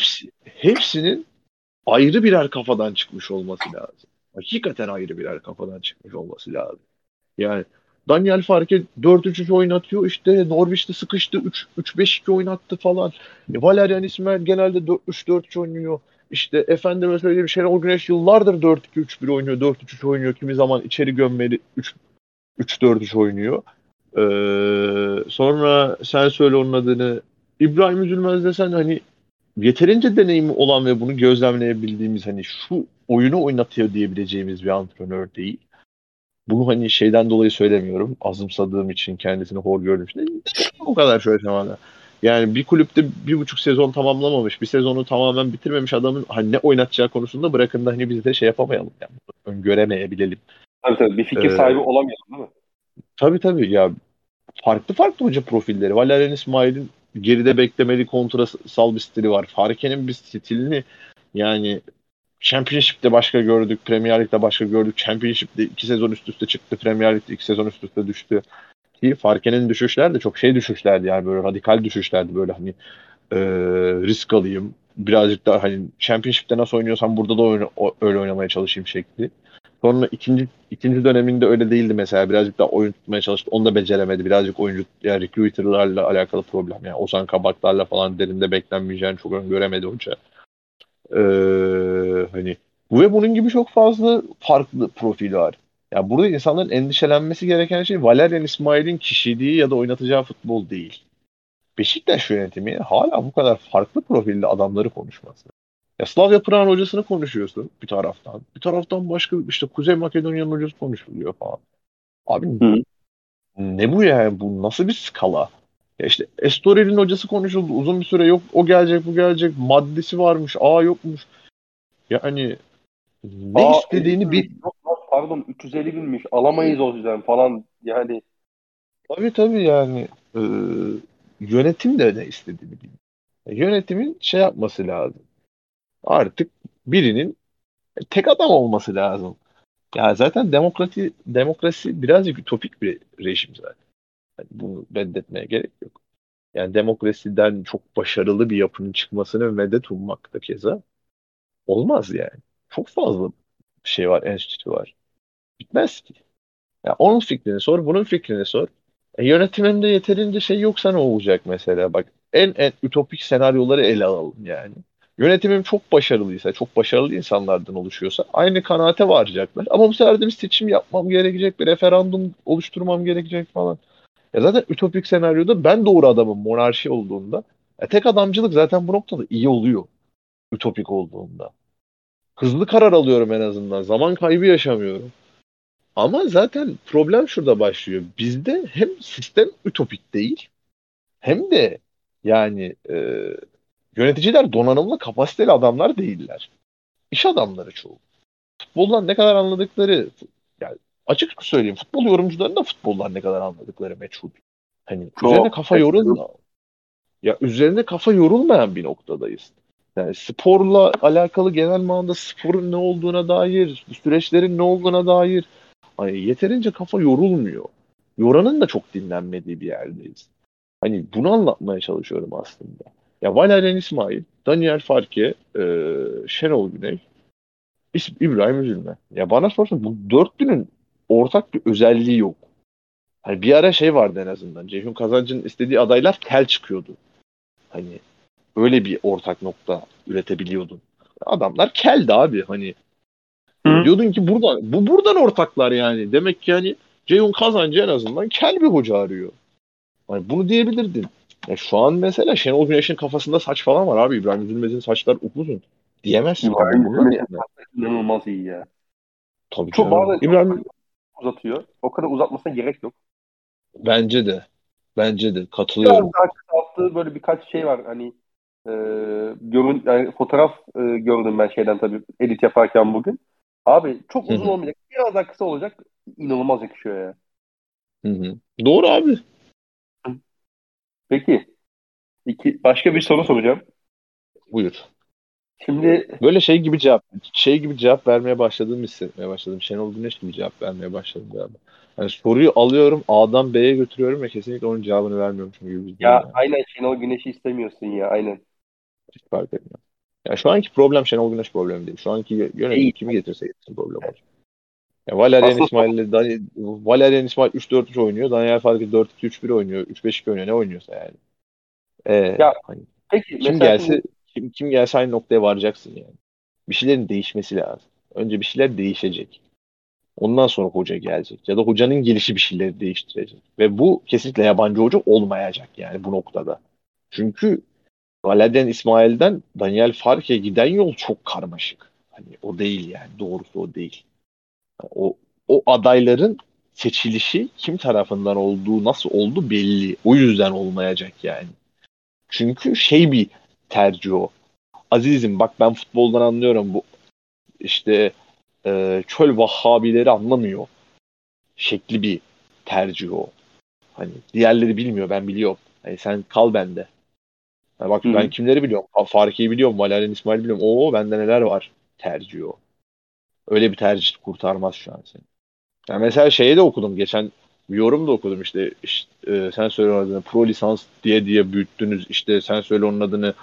hepsinin ayrı birer kafadan çıkmış olması lazım. Hakikaten ayrı birer kafadan çıkmış olması lazım. Yani Daniel Farke 4-3-3 oynatıyor. İşte Norwich'te sıkıştı 3-5-2 oynattı falan. Valerian İsmail genelde 4-3-4-3 oynuyor. İşte efendime söyleyeyim Şenol Güneş yıllardır 4-2-3-1 oynuyor. 4-3-3 oynuyor. Kimi zaman içeri gömmeli 3-4-3 oynuyor. Sonra sen söyle onun adını. İbrahim Üzülmez desen hani yeterince deneyimi olan ve bunu gözlemleyebildiğimiz hani şu oyunu oynatıyor diyebileceğimiz bir antrenör değil. Bunu hani şeyden dolayı söylemiyorum. Azımsadığım için, kendisini hor gördüğüm için değil. O kadar şöyle tamamen. Yani bir kulüpte 1,5 sezon tamamlamamış, bir sezonu tamamen bitirmemiş adamın hani ne oynatacağı konusunda bırakın da hani biz de şey yapamayalım. Yani öngöremeyebilelim. Tabii, bir fikir Ee, sahibi olamayalım, değil mi? tabii ya farklı hoca profilleri. Valerian İsmail'in geride beklemeli kontrasal bir stili var. Farke'nin bir stilini yani Championship'te başka gördük, Premier Lig'de başka gördük. Championship'te 2 sezon üst üste çıktı, Premier Lig'de 2 sezon üst üste düştü. Ki Farke'nin düşüşler de çok şey düşüşlerdi yani böyle radikal düşüşlerdi böyle hani e, risk alayım. Birazcık daha hani Championship'te nasıl oynuyorsam burada da öyle oynamaya çalışayım şekli. Sonra ikinci döneminde öyle değildi mesela. Birazcık daha oyun tutmaya çalıştı. Onu da beceremedi. Birazcık oyuncu yani recruiter'larla alakalı problem. Yani Ozan Kabaklarla falan derinde beklenmeyeceğini çok öngöremedi hoca. Hani bu ve bunun gibi çok fazla farklı profil var. Ya burada insanların endişelenmesi gereken şey Valerian İsmail'in kişiliği ya da oynatacağı futbol değil. Beşiktaş yönetimi hala bu kadar farklı profilli adamları konuşması. Ya Slavia Prag'ın hocasını konuşuyorsun bir taraftan. Bir taraftan başka işte Kuzey Makedonya'nın hocası konuşuluyor falan. Abi Hı. ne bu yani? Bu nasıl bir skala? Ya işte Estoril'in hocası konuşuldu. Uzun bir süre yok. O gelecek, bu gelecek. Maddesi varmış. Aa yokmuş. Yani ne Aa, 50 istediğini binmiş. bir Yok lan, pardon, 350 binmiş. Alamayız o yüzden falan. Yani. tabii yani e, yönetim de ne istediğini bilmiyor. Yönetimin şey yapması lazım. Artık birinin tek adam olması lazım. Ya zaten demokrasi birazcık ütopik bir rejim zaten. Yani bunu reddetmeye gerek yok. Yani demokrasiden çok başarılı bir yapının çıkmasını medet ummak da keza olmaz yani. Çok fazla şey var, enstitü var. Bitmez ki. Ya onun fikrini sor, bunun fikrini sor. Yönetiminde yeterince şey yoksa ne olacak mesela? Bak en ütopik senaryoları ele alalım yani. Yönetimim çok başarılıysa, çok başarılı insanlardan oluşuyorsa aynı kanaate varacaklar. Ama bu sefer de bir seçim yapmam gerekecek, bir referandum oluşturmam gerekecek falan. Ya zaten ütopik senaryoda ben doğru adamım monarşi olduğunda. Tek adamcılık zaten bu noktada iyi oluyor ütopik olduğunda. Hızlı karar alıyorum en azından. Zaman kaybı yaşamıyorum. Ama zaten problem şurada başlıyor. Bizde hem sistem ütopik değil hem de yani yöneticiler donanımlı kapasiteli adamlar değiller. İş adamları çoğu. Futboldan ne kadar anladıkları, Yani açık söyleyeyim, futbol yorumcularının da futbollar ne kadar anladıkları meçhul. Hani üzerine Çok. kafa yorulma. Ya üzerine kafa yorulmayan bir noktadayız. Yani sporla alakalı genel manada sporun ne olduğuna dair, bu süreçlerin ne olduğuna dair hani yeterince kafa yorulmuyor. Yoranın da çok dinlenmediği bir yerdeyiz. Hani bunu anlatmaya çalışıyorum aslında. Ya Valerian İsmail, Daniel Farke, Şenol Güneş, İbrahim Üzülme. Ya bana sorsan bu dörtlünün ortak bir özelliği yok. Hani bir ara şey vardı en azından. Ceyhun Kazancı'nın istediği adaylar kel çıkıyordu. Hani öyle bir ortak nokta üretebiliyordun. Adamlar keldi abi. Hani Hı. diyordun ki buradan ortaklar yani. Demek ki yani Ceyhun Kazancı en azından kel bir hoca arıyor. Hani bunu diyebilirdin. Ya şu an mesela Şenol Güneş'in kafasında saç falan var abi. İbrahim Üzülmez'in saçlar upuzun. Diyemezsin abi. İbrahim Bunu da Hükümet'in diyemez. inanılmaz iyi ya. Tabii Çok canım. bazen çok İbrahim uzatıyor. O kadar uzatmasına gerek yok. bence de. Bence de. Biraz Katılıyorum. daha kısalttığı böyle birkaç şey var. Hani e, yani fotoğraf gördüm ben şeyden tabii edit yaparken bugün. Abi çok Hı uzun hı. olmayacak. Biraz daha kısa olacak. İnanılmaz yakışıyor ya. Hı hı. Doğru abi. Peki. Başka bir soru soracağım. Buyur. Şimdi Böyle şey gibi cevap vermeye başladığımı hissetmeye başladım. Şenol Güneş gibi cevap vermeye başladım galiba. Hani soruyu alıyorum, A'dan B'ye götürüyorum ve kesinlikle onun cevabını vermiyormuşum gibi bir durum ya yani. aynen Şenol Güneş'i istemiyorsun ya. Aynen. Hiç fark etmiyor. Ya şu anki problem Şenol Güneş problemi değil. Şu anki yönetim Değil. kimi getirse getirsin problem olacak. Ya Valerian Aslında İsmail ile Valerian İsmail 3-4-3 oynuyor. Daniel Farkı 4-2-3-1 oynuyor. 3-5-2 oynuyor. Ne oynuyorsa yani. ya Hani peki kim mesela şimdi gelse kim gelse aynı noktaya varacaksın yani. Bir şeylerin değişmesi lazım. Önce bir şeyler değişecek. Ondan sonra hoca gelecek. Ya da hocanın gelişi bir şeyleri değiştirecek. Ve bu kesinlikle yabancı hoca olmayacak yani bu noktada. Çünkü Valerian İsmail'den Daniel Farke'ye giden yol çok karmaşık. Hani o değil yani. Doğrusu o değil. O, o adayların seçilişi kim tarafından olduğu, nasıl oldu belli. O yüzden olmayacak yani. Çünkü şey bir tercih o. Azizim bak ben futboldan anlıyorum, bu işte çöl Vahhabileri anlamıyor şekli bir tercih o. Hani diğerleri bilmiyor, ben biliyorum. Hani sen kal bende. Ha bak hı ben hı. kimleri biliyorum? Farke'yi biliyorum, Valerian İsmail biliyorum. Oo bende neler var tercih o. Öyle bir tercih kurtarmaz şu an seni. Yani mesela şeyi de okudum geçen, bir yorum da okudum işte, sen söyle onun adını, pro lisans diye büyüttünüz, işte sen söyle onun adını,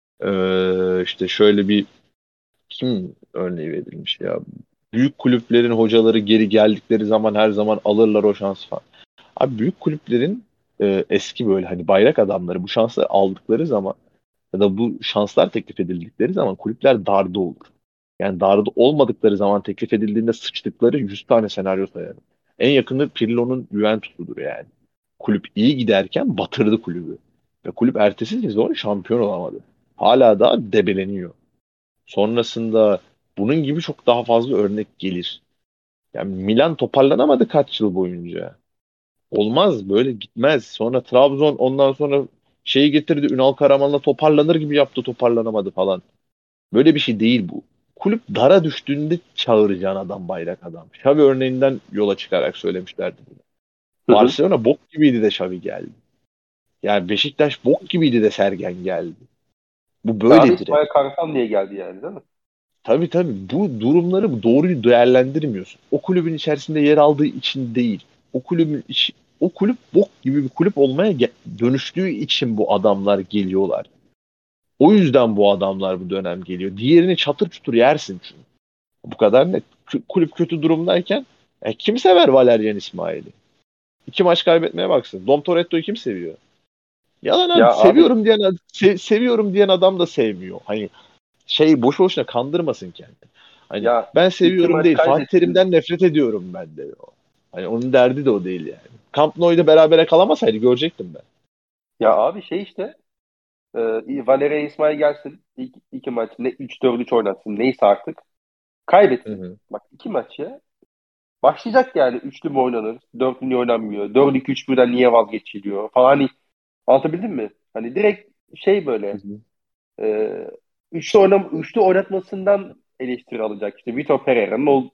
işte şöyle bir, kim örneği verilmiş ya, büyük kulüplerin hocaları geri geldikleri zaman her zaman alırlar o şansı falan. Abi büyük kulüplerin eski böyle hani bayrak adamları bu şansı aldıkları zaman ya da bu şanslar teklif edildikleri zaman kulüpler darda olur. Yani darda olmadıkları zaman teklif edildiğinde sıçtıkları 100 tane senaryo sayarım. En yakını Pirlo'nun Juventus'udur yani. Kulüp iyi giderken batırdı kulübü. Ve kulüp ertesi sezon şampiyon olamadı. Hala da debeleniyor. Sonrasında bunun gibi çok daha fazla örnek gelir. Yani Milan toparlanamadı kaç yıl boyunca. Olmaz, böyle gitmez. Sonra Trabzon ondan sonra şeyi getirdi, Ünal Karaman'la toparlanır gibi yaptı, toparlanamadı falan. Böyle bir şey değil bu. Kulüp dara düştüğünde çağıracağın adam bayrak adam. Xavi örneğinden yola çıkarak söylemişlerdi bunu. Hı hı. Barcelona bok gibiydi de Xavi geldi. Yani Beşiktaş bok gibiydi de Sergen geldi. Bu Çağrı böyledir hep. İsmail Kartal diye geldi yani değil mi? Tabii tabii, bu durumları doğru değerlendirmiyorsun. O kulübün içerisinde yer aldığı için değil. O kulüp bok gibi bir kulüp olmaya dönüştüğü için bu adamlar geliyorlar. O yüzden bu adamlar bu dönem geliyor. Diğerini çatır çutur yersin çünkü. Bu kadar net. Kulüp kötü durumdayken kim sever Valerian İsmail'i? 2 maç kaybetmeye baksın. Dom Toretto'yu kim seviyor? Yalan abi, Ya abi seviyorum diyen adam da sevmiyor. Hani şey boşu boşuna kandırmasın kendini. Hani ya ben iki seviyorum maç değil, Fatih kaybettin. Terim'den nefret ediyorum ben de. Hani onun derdi de o değil yani. Camp Nou'da berabere kalamasaydı görecektim ben. Ya abi şey işte Valerian İsmail gelsin. İki maç ne 3-4-3 oynatsın neyse artık. Hı Kaybetsin. hı. Bak iki maç ya. Başlayacak yani. Üçlü mü oynanır? Dörtlü niye oynanmıyor? 4-2-3-1'den niye vazgeçiliyor? Falan hani anlatabildim mi? Hani direkt şey Hı böyle hı. üçlü oynatmasından eleştiri alacak. İşte Vitor Pereira'nın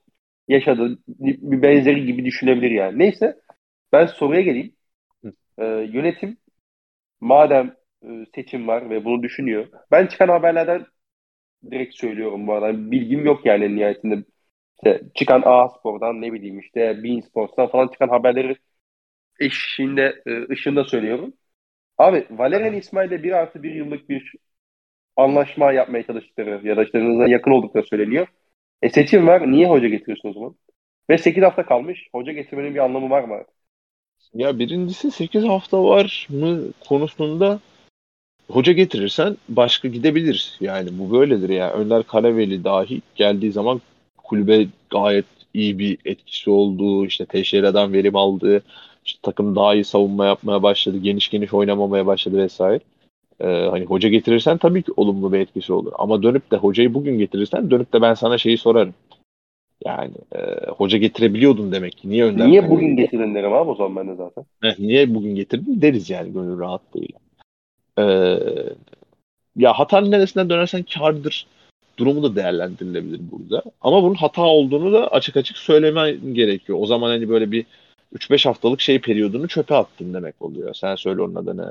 yaşadığı bir benzeri gibi düşünebilir yani. Neyse ben soruya geleyim. Yönetim madem seçim var ve bunu düşünüyor. Ben çıkan haberlerden direkt söylüyorum bu arada. Bilgim yok yani en nihayetinde. İşte çıkan A Spor'dan ne bileyim işte Bein Sports'tan falan çıkan haberleri eşliğinde, ışığında söylüyorum. Abi Valerian Aha. İsmail'le 1+1 yıllık bir anlaşma yapmaya çalıştıkları ya da işte en azından yakın oldukları söyleniyor. Seçim var. Niye hoca getiriyorsun o zaman? Ve 8 hafta kalmış. Hoca getirmenin bir anlamı var mı? Ya birincisi 8 hafta var mı konusunda hoca getirirsen başka gidebilir. Yani bu böyledir ya. Önder Karaveli dahi geldiği zaman kulübe gayet iyi bir etkisi olduğu, işte Teixeira'dan verim aldığı, işte takım daha iyi savunma yapmaya başladı, geniş geniş oynamamaya başladı vesaire. Hani hoca getirirsen tabii ki olumlu bir etkisi olur. Ama dönüp de hocayı bugün getirirsen dönüp de ben sana şeyi sorarım. Yani hoca getirebiliyordun demek ki. Niye Önder Niye bugün Karaveli getirin derim abi o zaman ben de zaten. niye bugün getirdin deriz yani gönül rahatlığıyla. Ee, Ya hatanın neresinden dönersen kârdır durumu da değerlendirilebilir burada. Ama bunun hata olduğunu da açık açık söylemen gerekiyor. O zaman hani böyle bir 3-5 haftalık şey periyodunu çöpe attın demek oluyor. Sen söyle onun adını.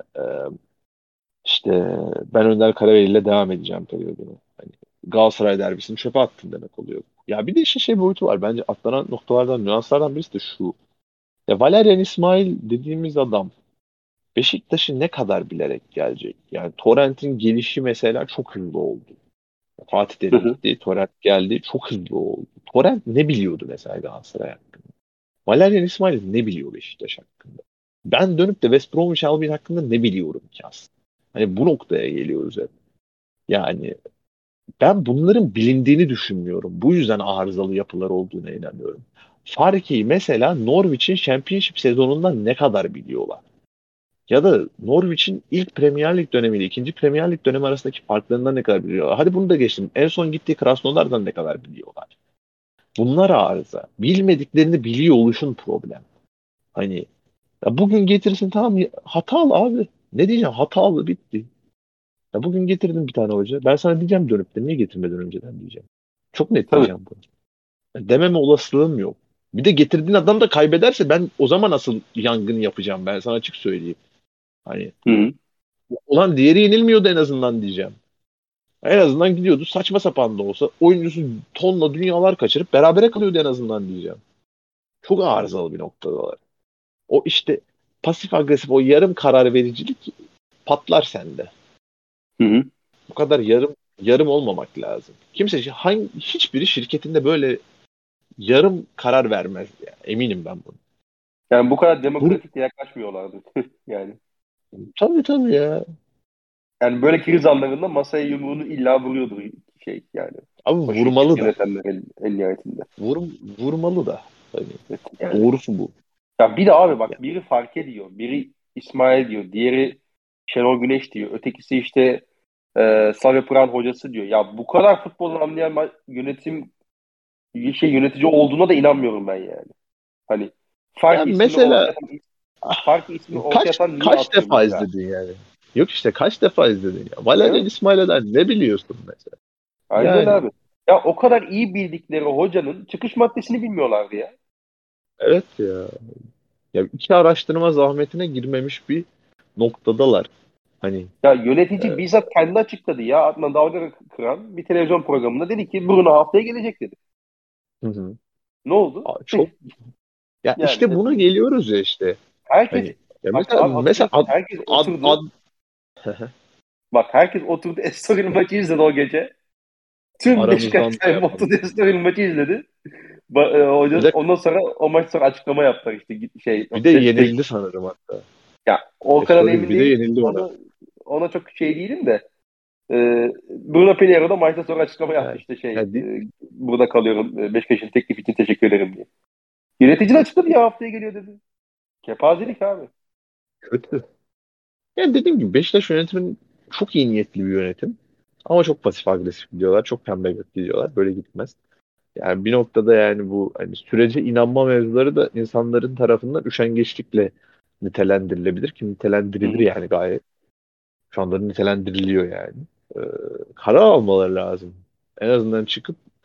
İşte ben Önder Karaveli ile devam edeceğim periyodunu. Hani Galatasaray derbisini çöpe attın demek oluyor. Ya bir de işin şey boyutu var. Bence atlanan noktalardan, nüanslardan birisi de şu. Ya Valerian İsmail dediğimiz adam Beşiktaş'ı ne kadar bilerek gelecek? Yani Torrent'in gelişi mesela çok hızlı oldu. Fatih Hı Terim hı. gitti, Torrent geldi. Çok hızlı oldu. Torrent ne biliyordu mesela Galatasaray hakkında? Valerian İsmail ne biliyor Beşiktaş hakkında? Ben dönüp de West Bromwich Albion hakkında ne biliyorum ki aslında? Hani bu noktaya geliyoruz hep. Yani ben bunların bilindiğini düşünmüyorum. Bu yüzden arızalı yapılar olduğuna inanıyorum. Farkı mesela Norwich'in Championship sezonundan ne kadar biliyorlar? Ya da Norwich'in ilk Premier Lig dönemiyle ikinci Premier Lig dönemi arasındaki farklarından ne kadar biliyorlar? Hadi bunu da geçtim. En son gittiği Krasnodar'dan ne kadar biliyorlar? Bunlar arıza. Bilmediklerini biliyor oluşun problem. Hani ya bugün getirsin tamam hatalı abi. Ne diyeceğim? Hatalı bitti. Ya bugün getirdim bir tane hoca. Ben sana diyeceğim dönüp de niye getirmeden önceden diyeceğim. Çok net Tabii. diyeceğim bunu. Ya dememe olasılığım yok. Bir de getirdiğin adam da kaybederse ben o zaman asıl yangını yapacağım. Ben sana açık söyleyeyim. Hani Hı hı. ulan diğeri yenilmiyordu en azından diyeceğim. En azından gidiyordu saçma sapan da olsa oyuncusu tonla dünyalar kaçırıp berabere kalıyordu en azından diyeceğim. Çok arızalı bir noktadalar. O işte pasif agresif o yarım karar vericilik patlar sende. Hı hı. Bu kadar yarım olmamak lazım. Hiçbiri şirketinde böyle yarım karar vermez yani. Eminim ben bunu. Yani bu kadar Bu demokratik de yaklaşmıyorlardı. Yani. tabii ya. Yani böyle kriz anlarında masaya yumruğunu illa vuruyordur şey yani. Abi O şirket vurmalı da. yönetenler en nihayetinde. Vur, Vurmalı da. Hani Evet, yani. doğrusu bu. Ya bir de abi Ya, bak biri Farke diyor. Biri İsmail diyor. Diğeri Şenol Güneş diyor. Ötekisi işte Slavia Prag hocası diyor. Ya bu kadar futbolu anlayan yönetici olduğuna da inanmıyorum ben yani. Hani ya mesela Fark ismini ortaya kaç atan niye kaç atıyor defa mesela? izledin yani? Yok işte kaç defa izledin ya? Valerian Evet. İsmail'den ne biliyorsun mesela? Aynen öyle Yani abi. Ya o kadar iyi bildikleri hocanın çıkış maddesini bilmiyorlardı ya. evet ya. Ya iki araştırma zahmetine girmemiş bir noktadalar. Hani Ya e, yönetici bizzat kendi açıkladı ya. Adnan Dalga kıran bir televizyon programında dedi ki Bruno haftaya gelecek dedi. hı hı. Ne oldu? Çok ya Yani işte buna geliyoruz ya işte. herkes Hani ya bak mesela abi mesela hatırlıyorsun herkes ad, ad, oturdu. Bak herkes oturdu Estoril maçı izledi o gece. Tüm Beşiktaş aramızdan da sahibi yapalım. oturdu Estoril maçı izledi. Bir Hoca de ondan sonra o maç sonra açıklama yaptılar işte bir de yenildi sanırım hatta. ya o kadar Estoril emin bir de değilim. yenildi ona. Ona çok şey değilim de Bruno Pinheiro da maçtan sonra açıklama yaptı Yani, işte burada kalıyorum. Beşiktaş'ın teklif için teşekkür ederim diye. Yönetici açıkladı ya haftaya geliyor dedi. Kepazelik abi. kötü. Yani dediğim gibi Beşiktaş yönetimin çok iyi niyetli bir yönetim. Ama çok pasif agresif gidiyorlar. Çok pembe gök gidiyorlar. Böyle gitmez. Yani bir noktada yani bu hani sürece inanma mevzuları da insanların tarafından üşengeçlikle nitelendirilebilir ki Hı nitelendirilir hı. yani gayet. Şu anda nitelendiriliyor yani. Ee, Karar almaları lazım. En azından çıkıp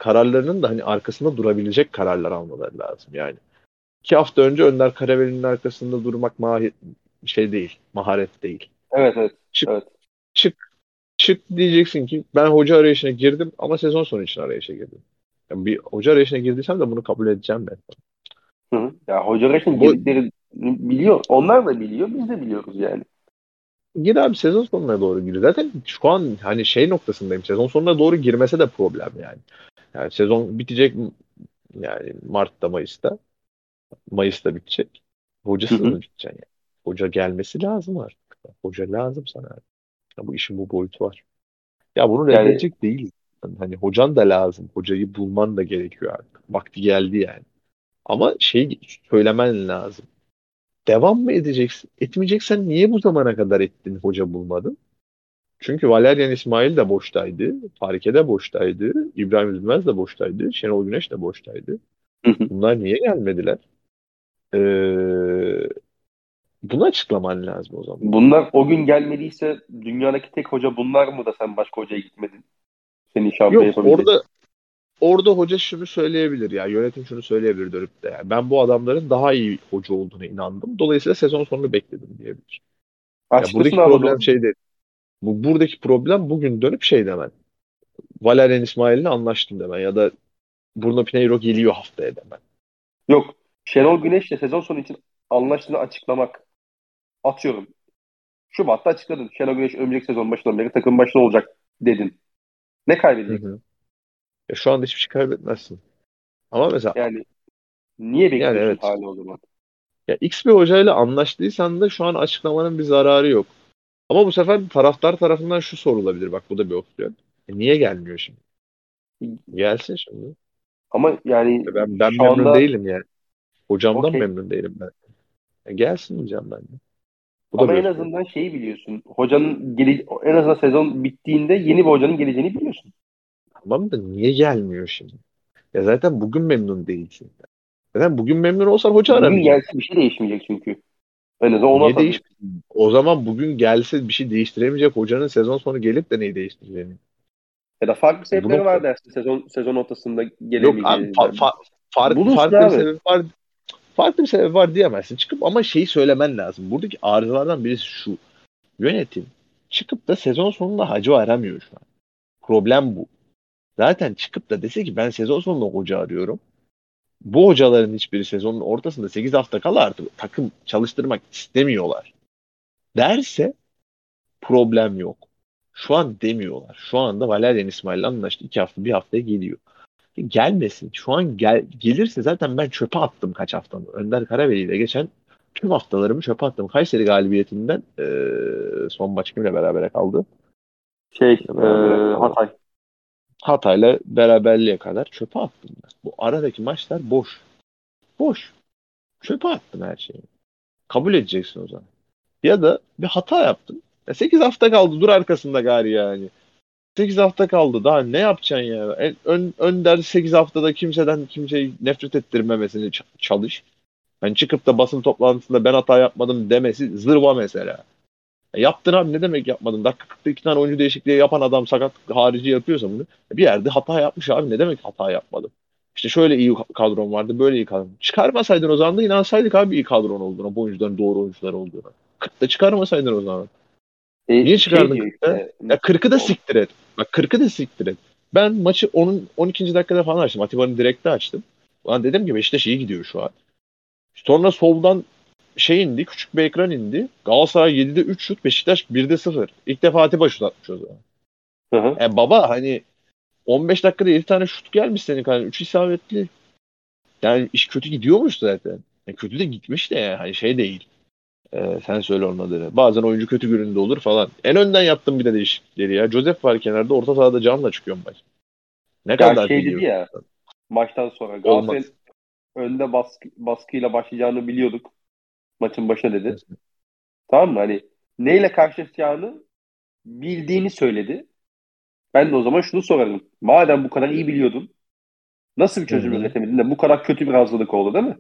kararlarının da hani arkasında durabilecek kararlar almaları lazım yani. 2 hafta önce Önder Karaveli'nin arkasında durmak şey değil, maharet değil. Evet, evet. Çık Evet. çık çık diyeceksin ki ben hoca arayışına girdim ama sezon sonu için arayışa girdim. Yani bir hoca arayışına girdiysem de bunu kabul edeceğim ben. Hı hı. Ya hocalar için Bu girdikleri biliyor. Onlar da biliyor. Biz de biliyoruz yani. gir abi sezon sonuna doğru gir. Zaten şu an hani şey noktasındayım. Sezon sonuna doğru girmese de problem yani. Yani sezon bitecek yani Mart'ta Mayıs'ta. Mayıs'ta bitecek. Hı Hocasız hı. mı biteceksin yani? Hoca gelmesi lazım artık. Hoca lazım sana. Ya bu işin bu boyutu var. Ya bunu Yani reddedecek değil. Hani hocan da lazım. Hocayı bulman da gerekiyor artık. Vakti geldi yani. Ama şey söylemen lazım. Devam mı edeceksin? Etmeyeceksen niye bu zamana kadar ettin hoca bulmadın? Çünkü Valerian İsmail de boştaydı. Farke de boştaydı. İbrahim Üzülmez de boştaydı. Şenol Güneş de boştaydı. hı hı. Bunlar niye gelmediler? Ee, Bunu açıklaman lazım o zaman. Bunlar o gün gelmediyse dünyadaki tek hoca bunlar mı da sen başka hocaya gitmedin? Seni şampiyon Yok yapabilecek. orada hoca şunu söyleyebilir ya yönetim şunu söyleyebilir dönüp de yani ben bu adamların daha iyi hoca olduğuna inandım. Dolayısıyla sezon sonunu bekledim diyebilir. Ya Açıklasın buradaki abi o problem zaman. şey değil. Buradaki problem bugün dönüp şey demen. Valerian İsmail'le anlaştım demen ya da Bruno Pinheiro geliyor haftaya demen. Yok. Şenol Güneş'le sezon sonu için anlaştığını açıklamak. Atıyorum. Şubat'ta açıkladın. Şenol Güneş önümüzdeki sezon başından beri takım başında olacak dedin. Ne Hı kaybedeceksin? hı. Şu anda hiçbir şey kaybetmezsin. Ama mesela Yani niye yani bekliyorsun evet. hala o zaman? Ya X bir hocayla anlaştıysan da şu an açıklamanın bir zararı yok. Ama bu sefer taraftar tarafından şu sorulabilir. Bak bu da bir opsiyon. Niye gelmiyor şimdi? Gelsin şimdi. Ama yani Ben şu memnun anda değilim yani. Hocamdan okey. memnun değilim ben. Gelsin diyeceğim ben de. Bu da Ama bir en opsiyon. azından şeyi biliyorsun. En azından sezon bittiğinde yeni bir hocanın geleceğini biliyorsun. Tamam da niye gelmiyor şimdi? Ya zaten bugün memnun değilsin. Zaten bugün memnun olsan hoca Bugün aramayacak. gelse bir şey değişmeyecek çünkü. En azından onu Niye değiş? atabilirsin. O zaman bugün gelse bir şey değiştiremeyecek hocanın sezon sonu gelip de neyi değiştireceğini. Ya da farklı Bu sebepleri nokta. var dersin sezon ortasında Yok abi gelemeyeceği. Bulursun farklı bir abi. sebep var. Farklı bir sebep var diyemezsin. Çıkıp ama şeyi söylemen lazım. Buradaki arızalardan birisi şu. Yönetim çıkıp da sezon sonunda hacı aramıyor şu an. Problem bu. Zaten çıkıp da dese ki ben sezon sonunda hoca arıyorum. Bu hocaların hiçbiri sezonun ortasında 8 hafta kala artık takım çalıştırmak istemiyorlar. Derse problem yok. Şu an demiyorlar. Şu anda Valerian İsmail'le anlaştı. 2 hafta, bir haftaya geliyor. Gelmesin. Şu an gelirse zaten ben çöpe attım kaç haftamı. Önder Karaveli ile geçen tüm haftalarımı çöpe attım. Kayseri galibiyetinden son maç kimle berabere kaldı? Kimle berabere kaldı? Hatay. Hatay'la beraberliğe kadar çöpe attım ben. Bu aradaki maçlar boş. Boş. Çöpe attım her şeyi. Kabul edeceksin o zaman. Ya da bir hata yaptın. 8 hafta kaldı dur arkasında gari yani. 8 hafta kaldı daha ne yapacaksın ya? Önder 8 haftada kimseden kimseyi nefret ettirmemesini çalış. Yani çıkıp da basın toplantısında ben hata yapmadım demesi zırva mesela. Yaptın abi ne demek yapmadın? Dakika 40'ta 2 tane oyuncu değişikliği yapan adam sakat harici yapıyorsa bunu. Bir yerde hata yapmış abi ne demek hata yapmadım? İşte şöyle iyi kadron vardı böyle iyi kadron. Çıkarmasaydın o zaman da inansaydık abi iyi kadron olduğuna. Bu oyuncuların doğru oyuncular olduğuna. 40'ta çıkarmasaydın o zaman. Niye Şey çıkardın diyor 40'ta? işte Ya 40'ı da siktir et. Bak 40'ı da siktir et. Ben maçı 12. dakikada falan açtım. Atiba'nın direkte açtım. Ulan dedim ki Beşiktaş iyi gidiyor şu an. Sonra soldan şey indi. Küçük bir ekran indi. Galatasaray 7'de 3 şut. Beşiktaş 1'de 0. İlk defa Atiba şut atmış o zaman. hı hı. Baba hani 15 dakikada 7 tane şut gelmiş senin karşına. 3 isabetli. Yani iş kötü gidiyormuş zaten. Kötü de gitmiş de yani. Hani şey değil. Sen söyle onun adını. Bazen oyuncu kötü gününde olur falan. En önden yaptım bir de değişiklikleri ya. Joseph var kenarda. Orta sahada Can'la çıkıyorum maç. Ne Ya kadar şey dedi biliyorsun? ya maçtan sonra Olmaz. Galatasaray'ın önde baskıyla başlayacağını biliyorduk maçın başına dedi. Tamam mı? Hani neyle karşılaşacağını bildiğini söyledi. Ben de o zaman şunu sorarım. Madem bu kadar iyi biliyordun, nasıl bir Hı çözüm hı. üretemedin de bu kadar kötü bir hazırlık oldu değil mi?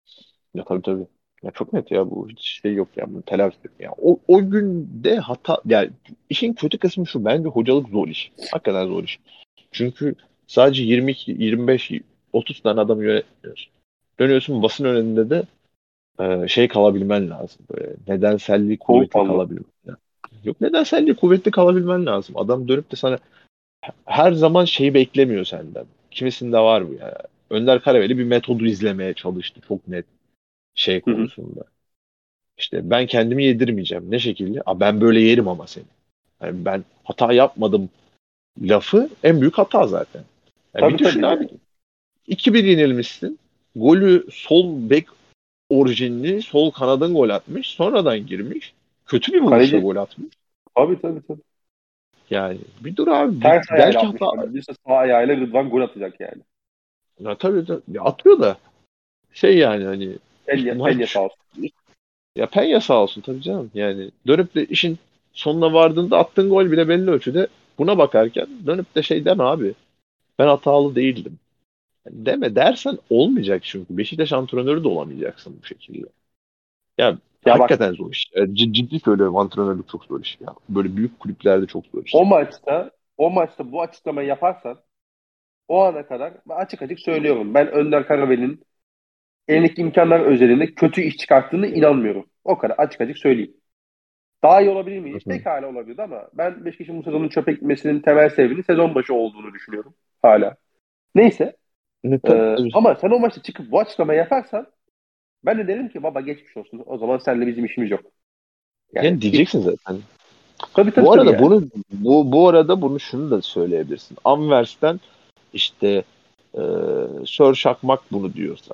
Ya tabii tabii. Ya çok net ya bu hiç şey yok ya bu telafi yok ya. O günde hata yani işin kötü kısmı şu bence hocalık zor iş. Hakikaten zor iş. Çünkü Sadece 22, 25, 30 tane adamı yönetmiyorsun. Dönüyorsun basın önünde de şey kalabilmen lazım. Böyle nedenselliği kuvvetli Soğukkanlı. kalabilmen lazım. Yok, nedenselliği kuvvetli kalabilmen lazım. Adam dönüp de sana her zaman şeyi beklemiyor senden. Kimisinde var bu ya. Önder Karaveli bir metodu izlemeye çalıştı çok net şey Hı hı. konusunda. İşte ben kendimi yedirmeyeceğim. Ne şekilde? Ben böyle yerim ama seni. Yani ben hata yapmadım lafı en büyük hata zaten. Yani bir Tabii düşün tabii abi. yani. 2-1 yenilmişsin. Golü sol bek orijinli sol kanadın gol atmış. Sonradan girmiş. Kötü bir vuruşla Kaleci gol atmış. tabii. Yani bir dur abi. Ters ayağıyla Belki atmış. hata. Yani bilirse sağ ayağıyla Rıdvan gol atacak yani. Ya tabii ya atıyor da şey yani hani Penye sağ olsun. ya Penya sağ olsun tabii canım. Yani dönüp de işin sonuna vardığında attığın gol bile belli ölçüde buna bakarken dönüp de şey deme abi. Ben hatalı değildim. Yani deme dersen olmayacak çünkü. Beşiktaş antrenörü de olamayacaksın bu şekilde. Ya Ya bak, hakikaten zor iş. Ciddi söylüyorum, antrenörlük çok zor iş ya. Böyle büyük kulüplerde çok zor iş. o maçta bu açıklamayı yaparsan o ana kadar ben açık açık söylüyorum. Ben Önder Karaveli'nin elindeki imkanlar özelinde kötü iş çıkarttığını inanmıyorum. O kadar açık açık söyleyeyim. Daha iyi olabilir Hı miydi? hı. Pekala olabilirdi ama ben Beşiktaş'ın bu sezonun çöpe gitmesinin temel sebebinin sezon başı olduğunu düşünüyorum. Hala. Neyse. Tabii. Ama sen o maçta çıkıp bu açıklamayı yaparsan ben de derim ki baba geçmiş olsun. O zaman seninle bizim işimiz yok. Yani Yani bit. diyeceksin zaten. Tabii Bu tabii arada yani. bu arada bunu şunu da söyleyebilirsin. Anvers'ten işte e, Sör Şakmak bunu diyorsa,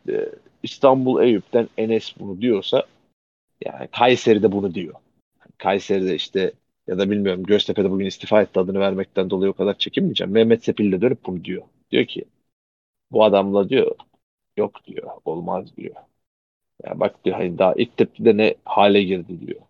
İstanbul Eyüp'ten Enes bunu diyorsa, yani Kayseri'de bunu diyor. Kayseri'de işte ya da bilmiyorum Göztepe'de bugün istifa etti, adını vermekten dolayı o kadar çekinmeyeceğim. Mehmet Sepil de dönüp bunu diyor. Diyor ki bu adamla diyor yok diyor, olmaz diyor. Ya bak diyor hani daha ilk tepkide ne hale girdi diyor.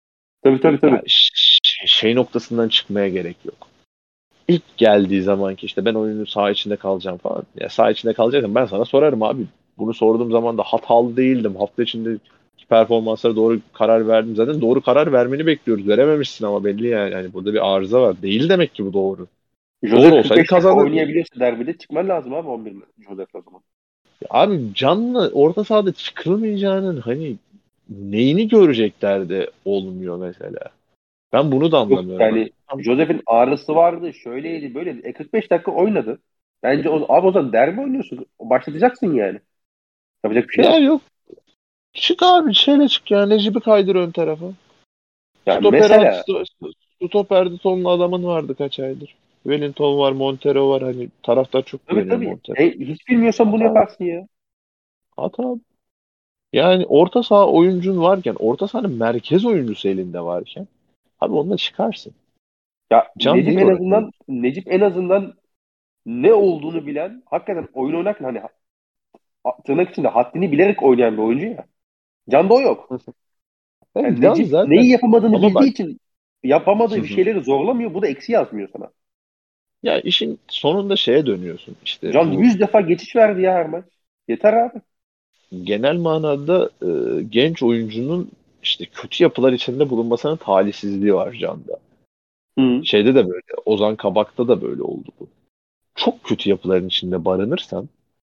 Tabii. Ya şey noktasından çıkmaya gerek yok. İlk geldiği zaman ki işte ben oyunu saha içinde kalacağım falan. Ya saha içinde kalacaksam ben sana sorarım abi. Bunu sorduğum zaman da hatalı değildim. Hafta içinde performanslara doğru karar verdim. Zaten doğru karar vermeni bekliyoruz. Verememişsin ama belli yani. Yani burada bir arıza var. Değil demek ki bu doğru. Doğru Joseph olsaydı 45 dakika kazanırdın. oynayabiliyorsa derbide çıkman lazım abi 11'le Joseph o zaman. Abi canlı orta sahada çıkılmayacağının hani neyini görecekler de olmuyor mesela. Ben bunu da Yok anlamıyorum. Hani, yani Joseph'in ağrısı vardı. Şöyleydi böyleydi. 45 dakika oynadı. Bence abi o zaman derbi oynuyorsun. Başlatacaksın yani. Yapacak bir şey ya yok. yok. Çık abi şeyle çık ya. Necip'i kaydır ön tarafa. Yani Stoper at. mesela Stoperde tonlu adamın vardı kaç aydır. Wellington var, Montero var. Hani taraftar çok güveniyor tabii. Montero. Hiç bilmiyorsan At bunu abi. yaparsın ya. At abi. Yani orta saha oyuncun varken, orta sahanın merkez oyuncusu elinde varken abi onunla çıkarsın. Ya Can değil orası. Necip en azından ne olduğunu bilen, hakikaten oyun oynarken hani tırnak içinde haddini bilerek oynayan bir oyuncu ya. Can'da o yok. Hem Yani Can Necip neyi zaten yapamadığını ama bildiği bak için yapamadığı bir şeyleri zorlamıyor. Bu da eksi yazmıyor sana. ya işin sonunda şeye dönüyorsun. İşte Can bu 100 defa geçiş verdi ya her maç. Yeter abi. genel manada genç oyuncunun işte kötü yapılar içinde bulunmasının talihsizliği var Can'da. Hı. Şeyde de böyle. Ozan Kabak'ta da böyle oldu bu. Çok kötü yapıların içinde barınırsan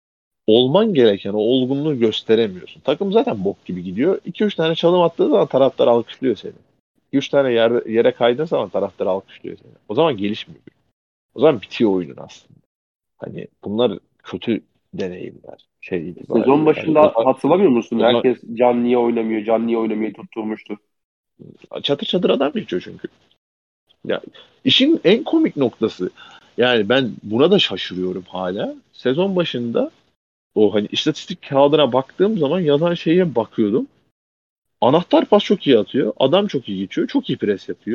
olman gereken o olgunluğu gösteremiyorsun. Takım zaten bok gibi gidiyor. 2 üç tane çalım attığı zaman taraftar alkışlıyor seni. 2-3 tane yere kaydığın zaman taraftar alkışlıyor seni. O zaman gelişmiyor. O zaman bitiyor oyunun aslında. Hani bunlar kötü deneyimler şey Sezon itibariyle. Hani başında hatırlamıyor musun? o zaman Herkes Can niye oynamıyor tutturmuştu. çatır çatır adam geçiyor çünkü. Ya, işin en komik noktası yani ben buna da şaşırıyorum hala. Sezon başında o hani istatistik kağıdına baktığım zaman yazan şeye bakıyordum. Anahtar pas çok iyi atıyor. Adam çok iyi geçiyor. Çok iyi pres yapıyor.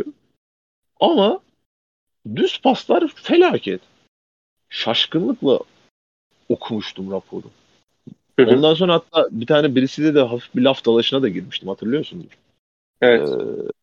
Ama düz paslar felaket. Şaşkınlıkla okumuştum raporu. Hı hı. Ondan sonra hatta bir tane birisiyle de hafif bir laf dalaşına da girmiştim, hatırlıyorsundur. Ee, Evet.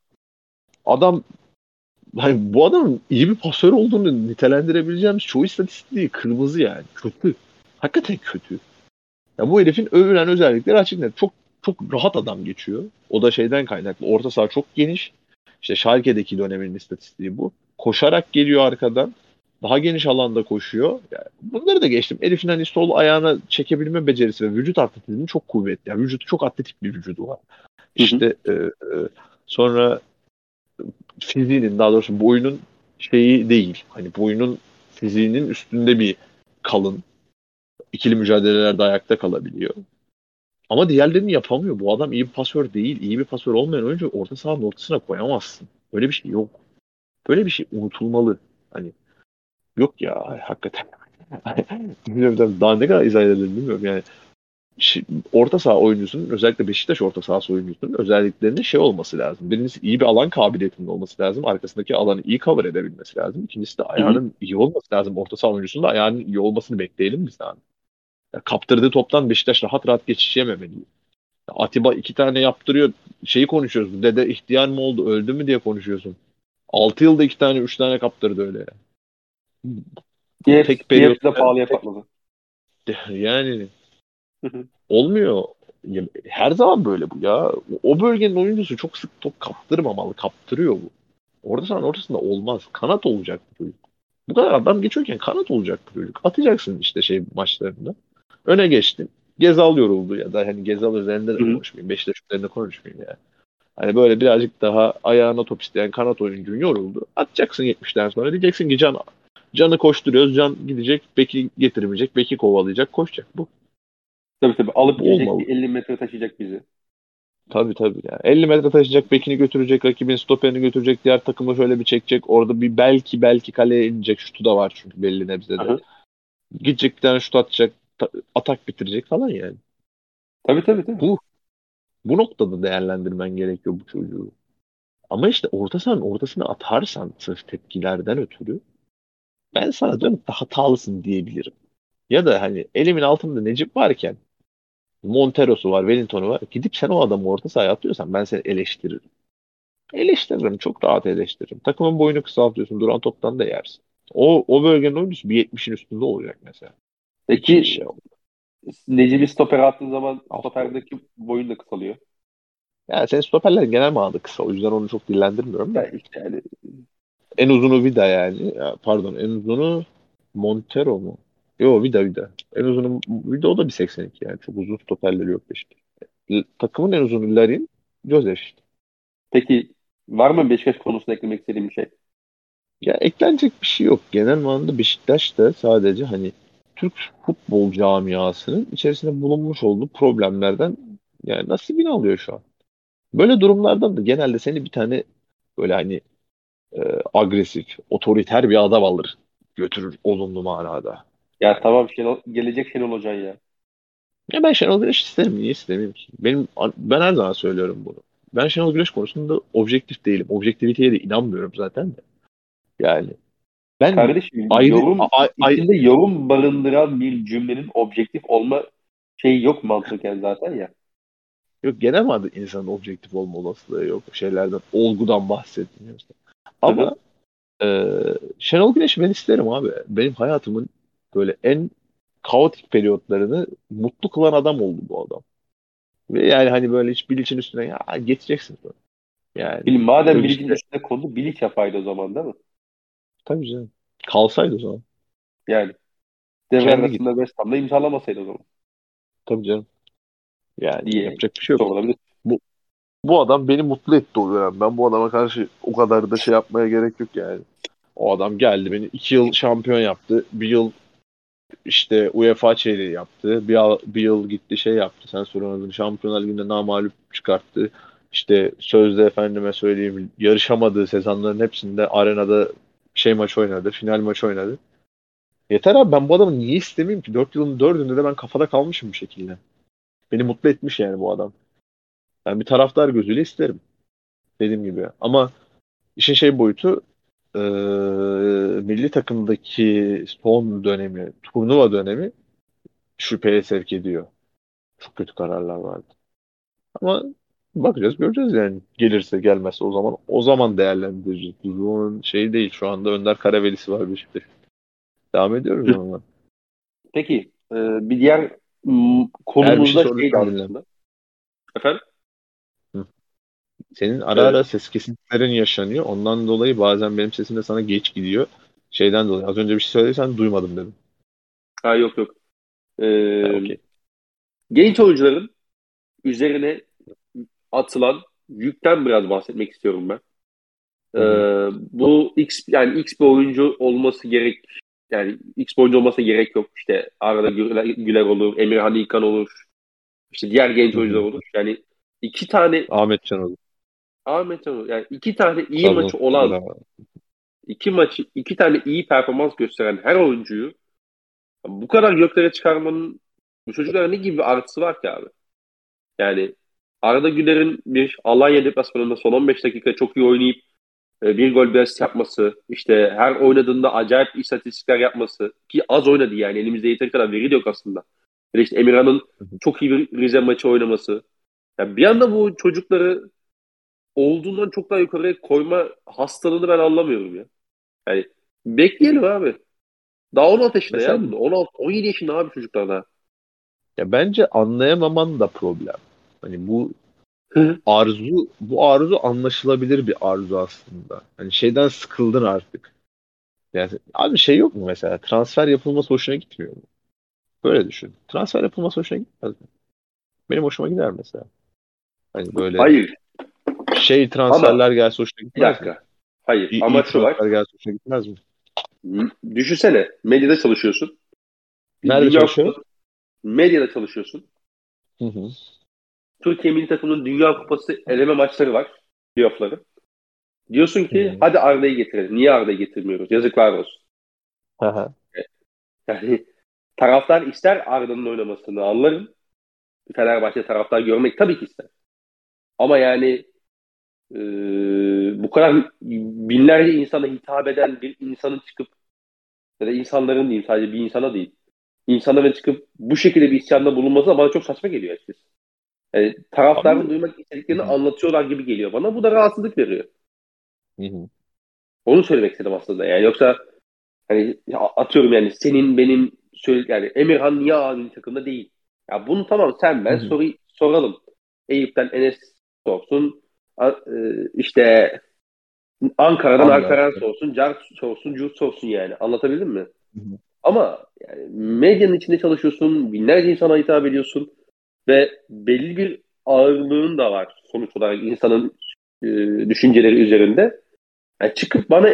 adam hani bu adamın iyi bir pasör olduğunu nitelendirebileceğimiz çoğu istatistiği kırmızı yani. Kötü. Hakikaten kötü. Ya bu herifin övülen özellikleri açık net. Çok rahat adam geçiyor. O da şeyden kaynaklı. Orta saha çok geniş. İşte Schalke'deki dönemin istatistiği bu. Koşarak geliyor arkadan. Daha geniş alanda koşuyor. Yani bunları da geçtim. Elif'in hani sol ayağına çekebilme becerisi ve vücut atletizmi çok kuvvetli. Yani vücudu çok atletik bir vücudu var. Hı hı. İşte sonra fiziğinin, daha doğrusu boyunun şeyi değil. Hani boyunun fiziğinin üstünde bir kalın. İkili mücadelelerde ayakta kalabiliyor. Ama diğerlerini yapamıyor. Bu adam iyi bir pasör değil. İyi bir pasör olmayan oyuncu orta sahanın ortasına koyamazsın. Böyle bir şey yok. Böyle bir şey unutulmalı. Hani yok ya hakikaten. Bilmiyorum, daha ne kadar izah edebilirim bilmiyorum. Yani orta saha oyuncusunun, özellikle Beşiktaş orta sahası oyuncusunun özelliklerinde şey olması lazım. Birincisi iyi bir alan kabiliyetinin olması lazım. Arkasındaki alanı iyi cover edebilmesi lazım. İkincisi de Hı hı. ayağının iyi olması lazım. Orta saha oyuncusunun da ayağının iyi olmasını bekleyelim biz abi. Ya kaptırdığı toptan Beşiktaş rahat rahat geçiş yememeli. Atiba 2 tane yaptırıyor. Şeyi konuşuyoruz. Dede ihtiyar mı oldu, öldü mü diye konuşuyorsun. 6 yılda 2 tane, 3 tane kaptırdı öyle. Hepsi, Tek hepsi de periyotta pahalıya patladı. yani Hı hı. olmuyor. Ya, her zaman böyle bu ya. O bölgenin oyuncusu çok sık top kaptırmamalı. Kaptırıyor bu. Orada sahanın ortasında olmaz. Kanat olacak bu çocuk. Bu kadar adam geçiyorken kanat olacak bu çocuk. Atacaksın işte şey maçlarında. Öne geçtin. Gezal yoruldu ya da hani Gezal üzerinde de Hı hı. konuşmayayım. Beşiktaş üzerinde konuşmayayım ya. Hani böyle birazcık daha ayağına top isteyen kanat oyuncun yoruldu. Atacaksın 70'ten sonra. Diyeceksin ki Can'ı koşturuyoruz. Can gidecek. Beki getirmeyecek. Beki kovalayacak. Koşacak. Tabii tabii. Alıp Bu gidecek, olmalı. bir 50 metre taşıyacak bizi. Tabii tabii. Yani 50 metre taşıyacak. Bekini götürecek. Rakibin stoperini götürecek. Diğer takımı şöyle bir çekecek. Orada bir belki kaleye inecek. Şutu da var çünkü belli Hı nebzede. hı. Gidecek bir tane şut atacak. Atak bitirecek falan yani. Tabii tabii tabii. Bu noktada değerlendirmen gerekiyor bu çocuğu. Ama işte orta sahanın ortasına atarsan sırf tepkilerden ötürü ben sana dönüp de hatalısın diyebilirim. Ya da hani elimin altında Necip varken Montero'su var, Wellington'u var. Gidip sen o adamı orta sahaya atıyorsan ben seni eleştiririm. Eleştiririm. Çok rahat eleştiririm. Takımın boyunu kısaltıyorsun. Duran toptan da yersin. O bölgenin oyuncusu 1.70'in üstünde olacak mesela. Müthiş Peki ya. Necip'i stopere attığın zaman Aferin. stoperdeki boyun da kısalıyor. Yani senin stoperlerin genel manada kısa. O yüzden onu çok dillendirmiyorum da. Ya işte yani En uzunu Vida yani. Ya, pardon en uzunu Montero mu? Yo Vida. En uzunu Vida, o da 1.82 yani. Çok uzun stoperleri yok işte. Takımın en uzunu Larin. Joseph işte. peki var mı Beşiktaş konusunda eklemek istediğim bir şey? Ya eklenecek bir şey yok. Genel manada Beşiktaş da sadece hani Türk futbol camiasının içerisinde bulunmuş olduğu problemlerden yani nasibini alıyor şu an. Böyle durumlardan da genelde seni bir tane böyle hani e, agresif, otoriter bir adam alır. Götürür olumlu manada. Ya Yani tamam Şenol, gelecek Şenol Hocan ya. ya ben Şenol Güneş isterim. Niye istemeyeyim ki? Ben her zaman söylüyorum bunu. Ben Şenol Güneş konusunda objektif değilim. Objektiviteye de inanmıyorum zaten de. Yani ben Kardeşim ayrı yorum içinde yorum barındıran bir cümlenin objektif olma şeyi yok mantıken zaten ya. yok, genel manada insanın objektif olma olasılığı yok. Şeylerden, olgudan bahsetmiyoruz. Hı Ama hı. e, Şenol Güneş'i ben isterim abi. Benim hayatımın böyle en kaotik periyotlarını mutlu kılan adam oldu bu adam. Ve yani hani böyle hiç Bilic'in üstüne ya geçeceksin. Yani Madem yok Bilic'in işte üstüne kondu Bilic yapaydı o zaman değil mi? tabii canım. Kalsaydı o zaman. Yani devre Kendi git. arasında West Ham'da imzalamasaydı o zaman Tabii canım. Yani diye yapacak bir şey yok. sorulabilir. Bu, bu adam beni mutlu etti o dönem. Ben bu adama karşı o kadar da şey yapmaya gerek yok yani. O adam geldi beni 2 yıl şampiyon yaptı. Bir yıl işte UEFA çeyreği yaptı. Bir yıl gitti şey yaptı. Sen sorun Şampiyonlar Ligi'nde namağlup çıkarttı. İşte sözde efendime söyleyeyim yarışamadığı sezonların hepsinde arenada şey maç oynadı. Final maç oynadı. Yeter abi, ben bu adamı niye istemeyeyim ki? 4 yılın 4'ünde de ben kafada kalmışım bir şekilde. Beni mutlu etmiş yani bu adam. Ben bir taraftar gözüyle isterim. Dediğim gibi. Ama işin şey boyutu eee, milli takımdaki son dönemi, turnuva dönemi şüpheye sevk ediyor. Çok kötü kararlar vardı. Ama bakacağız göreceğiz yani. Gelirse gelmezse o zaman değerlendireceğiz. Bu onun şeyi değil. Şu anda Önder Karaveli'si var Beşiktaş. Devam ediyoruz ama. Peki bir diğer Eğer bir konumuz şey da şeydi sorursan dinle. aslında. Efendim? Hı. Senin ara E, ara ses kesintilerin yaşanıyor. Ondan dolayı bazen benim sesim de sana geç gidiyor. Şeyden dolayı. Az önce bir şey söylediysen duymadım dedim. Ha, yok yok. Ha, Ee, okey. Genç oyuncuların üzerine atılan yükten biraz bahsetmek istiyorum ben. Hı hı. Bu X bir oyuncu olması gerek, yani X bir oyuncu olmasına gerek yok. İşte Arda Güler olur, Emirhan İlkan olur, işte diğer genç Hı oyuncular hı. olur. Yani iki tane Ahmet Can olur. Ahmet Canov, yani iki tane iyi Trabzon maçı olan, Spor'da. iki tane iyi performans gösteren her oyuncuyu bu kadar göklere çıkarmanın bu çocuklara ne gibi bir artısı var ki abi? Yani Arda Güler'in bir Alanya deplasmanında son 15 dakika çok iyi oynayıp bir gol bir asist yapması, işte her oynadığında acayip istatistikler yapması ki az oynadı, yani elimizde yeteri kadar veri de yok aslında. Ya da işte Emirhan'ın Hı hı. çok iyi bir Rize maçı oynaması. Ya bir anda bu çocukları olduğundan çok daha yukarıya koyma hastalığını ben anlamıyorum ya. Yani bekleyelim abi. Daha 16 yaşında ya Mesela bunu. 16, 17 yaşında abi çocuklar daha. ya bence anlayamaman da problem. Hani Hı. bu arzu anlaşılabilir bir arzu aslında. Hani şeyden sıkıldın artık. Yani abi şey yok mu mesela transfer yapılması hoşuna gitmiyor mu? Böyle düşün. Transfer yapılması hoşuna gitmez mi? Benim hoşuma gider mesela. Hani böyle Hayır şey ama transferler gelse hoşuna bir gitmez mi? dakika. Hayır İyi ama şu var. transfer gelse hoşuna gitmez mi? Düşünsene, medyada çalışıyorsun. Bir Nerede Dünya çalışıyorum? Kupası medyada çalışıyorsun. Hı hı. Türkiye Milli Takımı'nın Dünya Kupası eleme maçları var. Playoff'ları. Diyorsun Hı ki hı. hadi Arda'yı getirelim. Niye Arda'yı getirmiyoruz? Yazıklar olsun. Hı hı. Yani taraftar ister Arda'nın oynamasını, anlarım. Fenerbahçe taraftar görmek tabii ki ister. Ama yani e, bu kadar binlerce insana hitap eden bir insanın çıkıp, ya da insanların diyeyim, sadece bir insana değil, insanların çıkıp bu şekilde bir isyanda bulunması da bana çok saçma geliyor açıkçası. Yani taraftarın Abi. duymak Hı istediklerini hı. anlatıyorlar gibi geliyor bana. Bu da rahatsızlık veriyor. Hı hı. Onu söylemek istedim aslında. Yani yoksa hani atıyorum, yani senin benim yani Emirhan niye A takımda değil? Ya bunu tamam, sen Hı ben hı. soralım. Eyüp'ten Enes sorsun. İşte Ankara'dan Alperen Anlarsın. sorsun. Car sorsun. Curt sorsun yani. Anlatabildim mi? Hı hı. Ama yani medyanın içinde çalışıyorsun. Binlerce insana hitap ediyorsun. Ve belli bir ağırlığın da var sonuç olarak insanın e, düşünceleri üzerinde. Yani çıkıp bana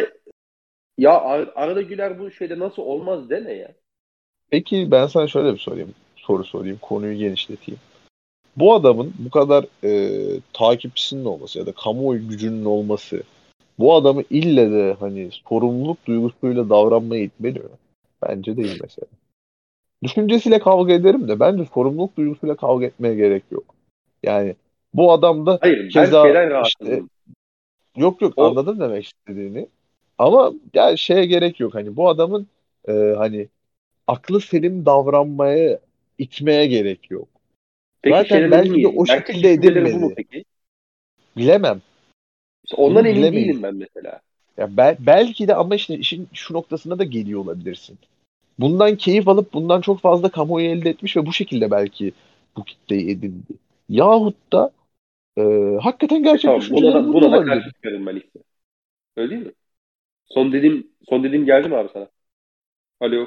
ya Arada Güler bu şeyde nasıl olmaz deme ya. Peki ben sana şöyle bir soru sorayım. Konuyu genişleteyim. Bu adamın bu kadar takipçisinin olması ya da kamuoyu gücünün olması bu adamı ille de hani sorumluluk duygusuyla davranmaya itmeli mi? Bence değil mesela. Düşüncesiyle kavga ederim de bence sorumluluk duygusuyla kavga etmeye gerek yok. Yani bu adam da Hayır, ben keza şeyden işte rahatsızım. yok O anladım demek istediğini. Ama yani şeye gerek yok. Hani bu adamın hani aklı selim davranmaya itmeye gerek yok. peki Zaten şeyden emin belki de miyiz? o Gerçek şekilde düşünceleri bu mu edinmedi. peki? Bilemem. İşte ondan Bunu emin bilemeyiz. değilim ben mesela. Ya belki de ama işte işin şu noktasına da geliyor olabilirsin. Bundan keyif alıp bundan çok fazla kamuoyu elde etmiş ve bu şekilde belki bu kitleyi edindi. Yahut da e, hakikaten gerçek Tamam, düşünceleri burada buna da karşı olabilir. çıkarım ben işte. Öyle değil mi? Son dediğim geldi mi abi sana? Alo.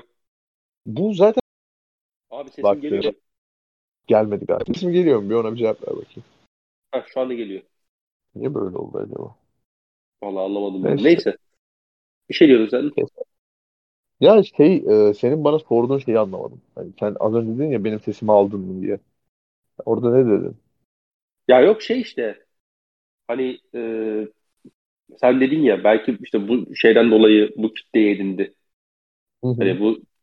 Bu zaten Abi sesim geliyor baktığına mu? gelmedi galiba. İsim geliyor mu? Bir ona bir cevap ver bakayım. Ha, şu anda geliyor. Niye böyle oldu acaba? Vallahi anlamadım ben. Neyse. Neyse. Bir şey diyordun sen. Ya senin bana sorduğun şeyi anlamadım. Hani sen az önce dedin ya benim sesimi aldın mı diye. Orada ne dedin? Ya yok, şey işte hani sen dedin ya, belki işte bu şeyden dolayı bu kitleyi edindi. Hı hı. Hani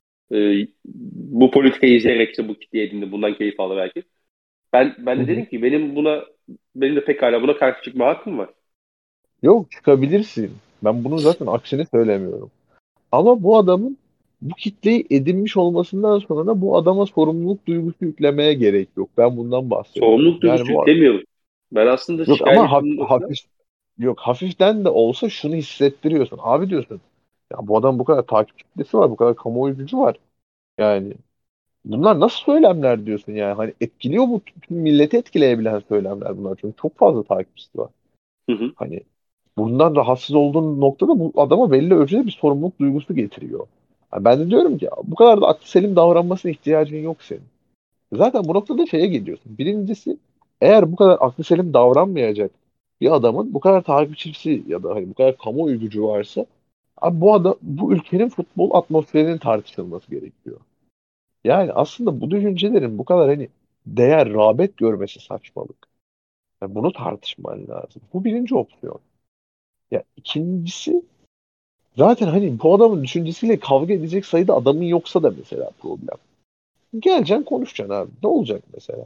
bu politikayı izleyerek işte bu kitleyi edindi. Bundan keyif aldı belki. Ben Hı de hı. dedim ki benim de pekala buna karşı çıkma hakkım var. Yok çıkabilirsin. Ben bunun zaten aksini söylemiyorum. Ama bu adamın bu kitleyi edinmiş olmasından sonra da bu adama sorumluluk duygusu yüklemeye gerek yok. Ben bundan bahsediyorum. Sorumluluk Yani duygusu yüklemiyorum. Ben aslında yok ama şikayet ettiğim nokta, hafiften de olsa şunu hissettiriyorsun. Abi diyorsun. Ya bu adam bu kadar takip kitlesi var, bu kadar kamuoyu gücü var. Yani bunlar nasıl söylemler diyorsun yani. Hani etkiliyor bu tüm milleti etkileyebilen söylemler bunlar. Çünkü çok fazla takipçisi var. hı hı. Hani bundan rahatsız olduğun noktada bu adama belli ölçüde bir sorumluluk duygusu getiriyor. Yani ben de diyorum ki bu kadar da aklı selim davranmasına ihtiyacın yok senin. Zaten bu noktada şeye geliyorsun. Birincisi, eğer bu kadar aklı selim davranmayacak bir adamın bu kadar takipçisi ya da hani bu kadar kamuoyu gücü varsa, abi bu adam, bu ülkenin futbol atmosferinin tartışılması gerekiyor. Yani aslında bu düşüncelerin bu kadar hani değer, rağbet görmesi saçmalık. Yani bunu tartışman lazım. Bu birinci opsiyon. Ya ikincisi, zaten hani bu adamın düşüncesiyle kavga edecek sayıda adamın yoksa da mesela problem. Geleceksin konuşacaksın abi. Ne olacak mesela?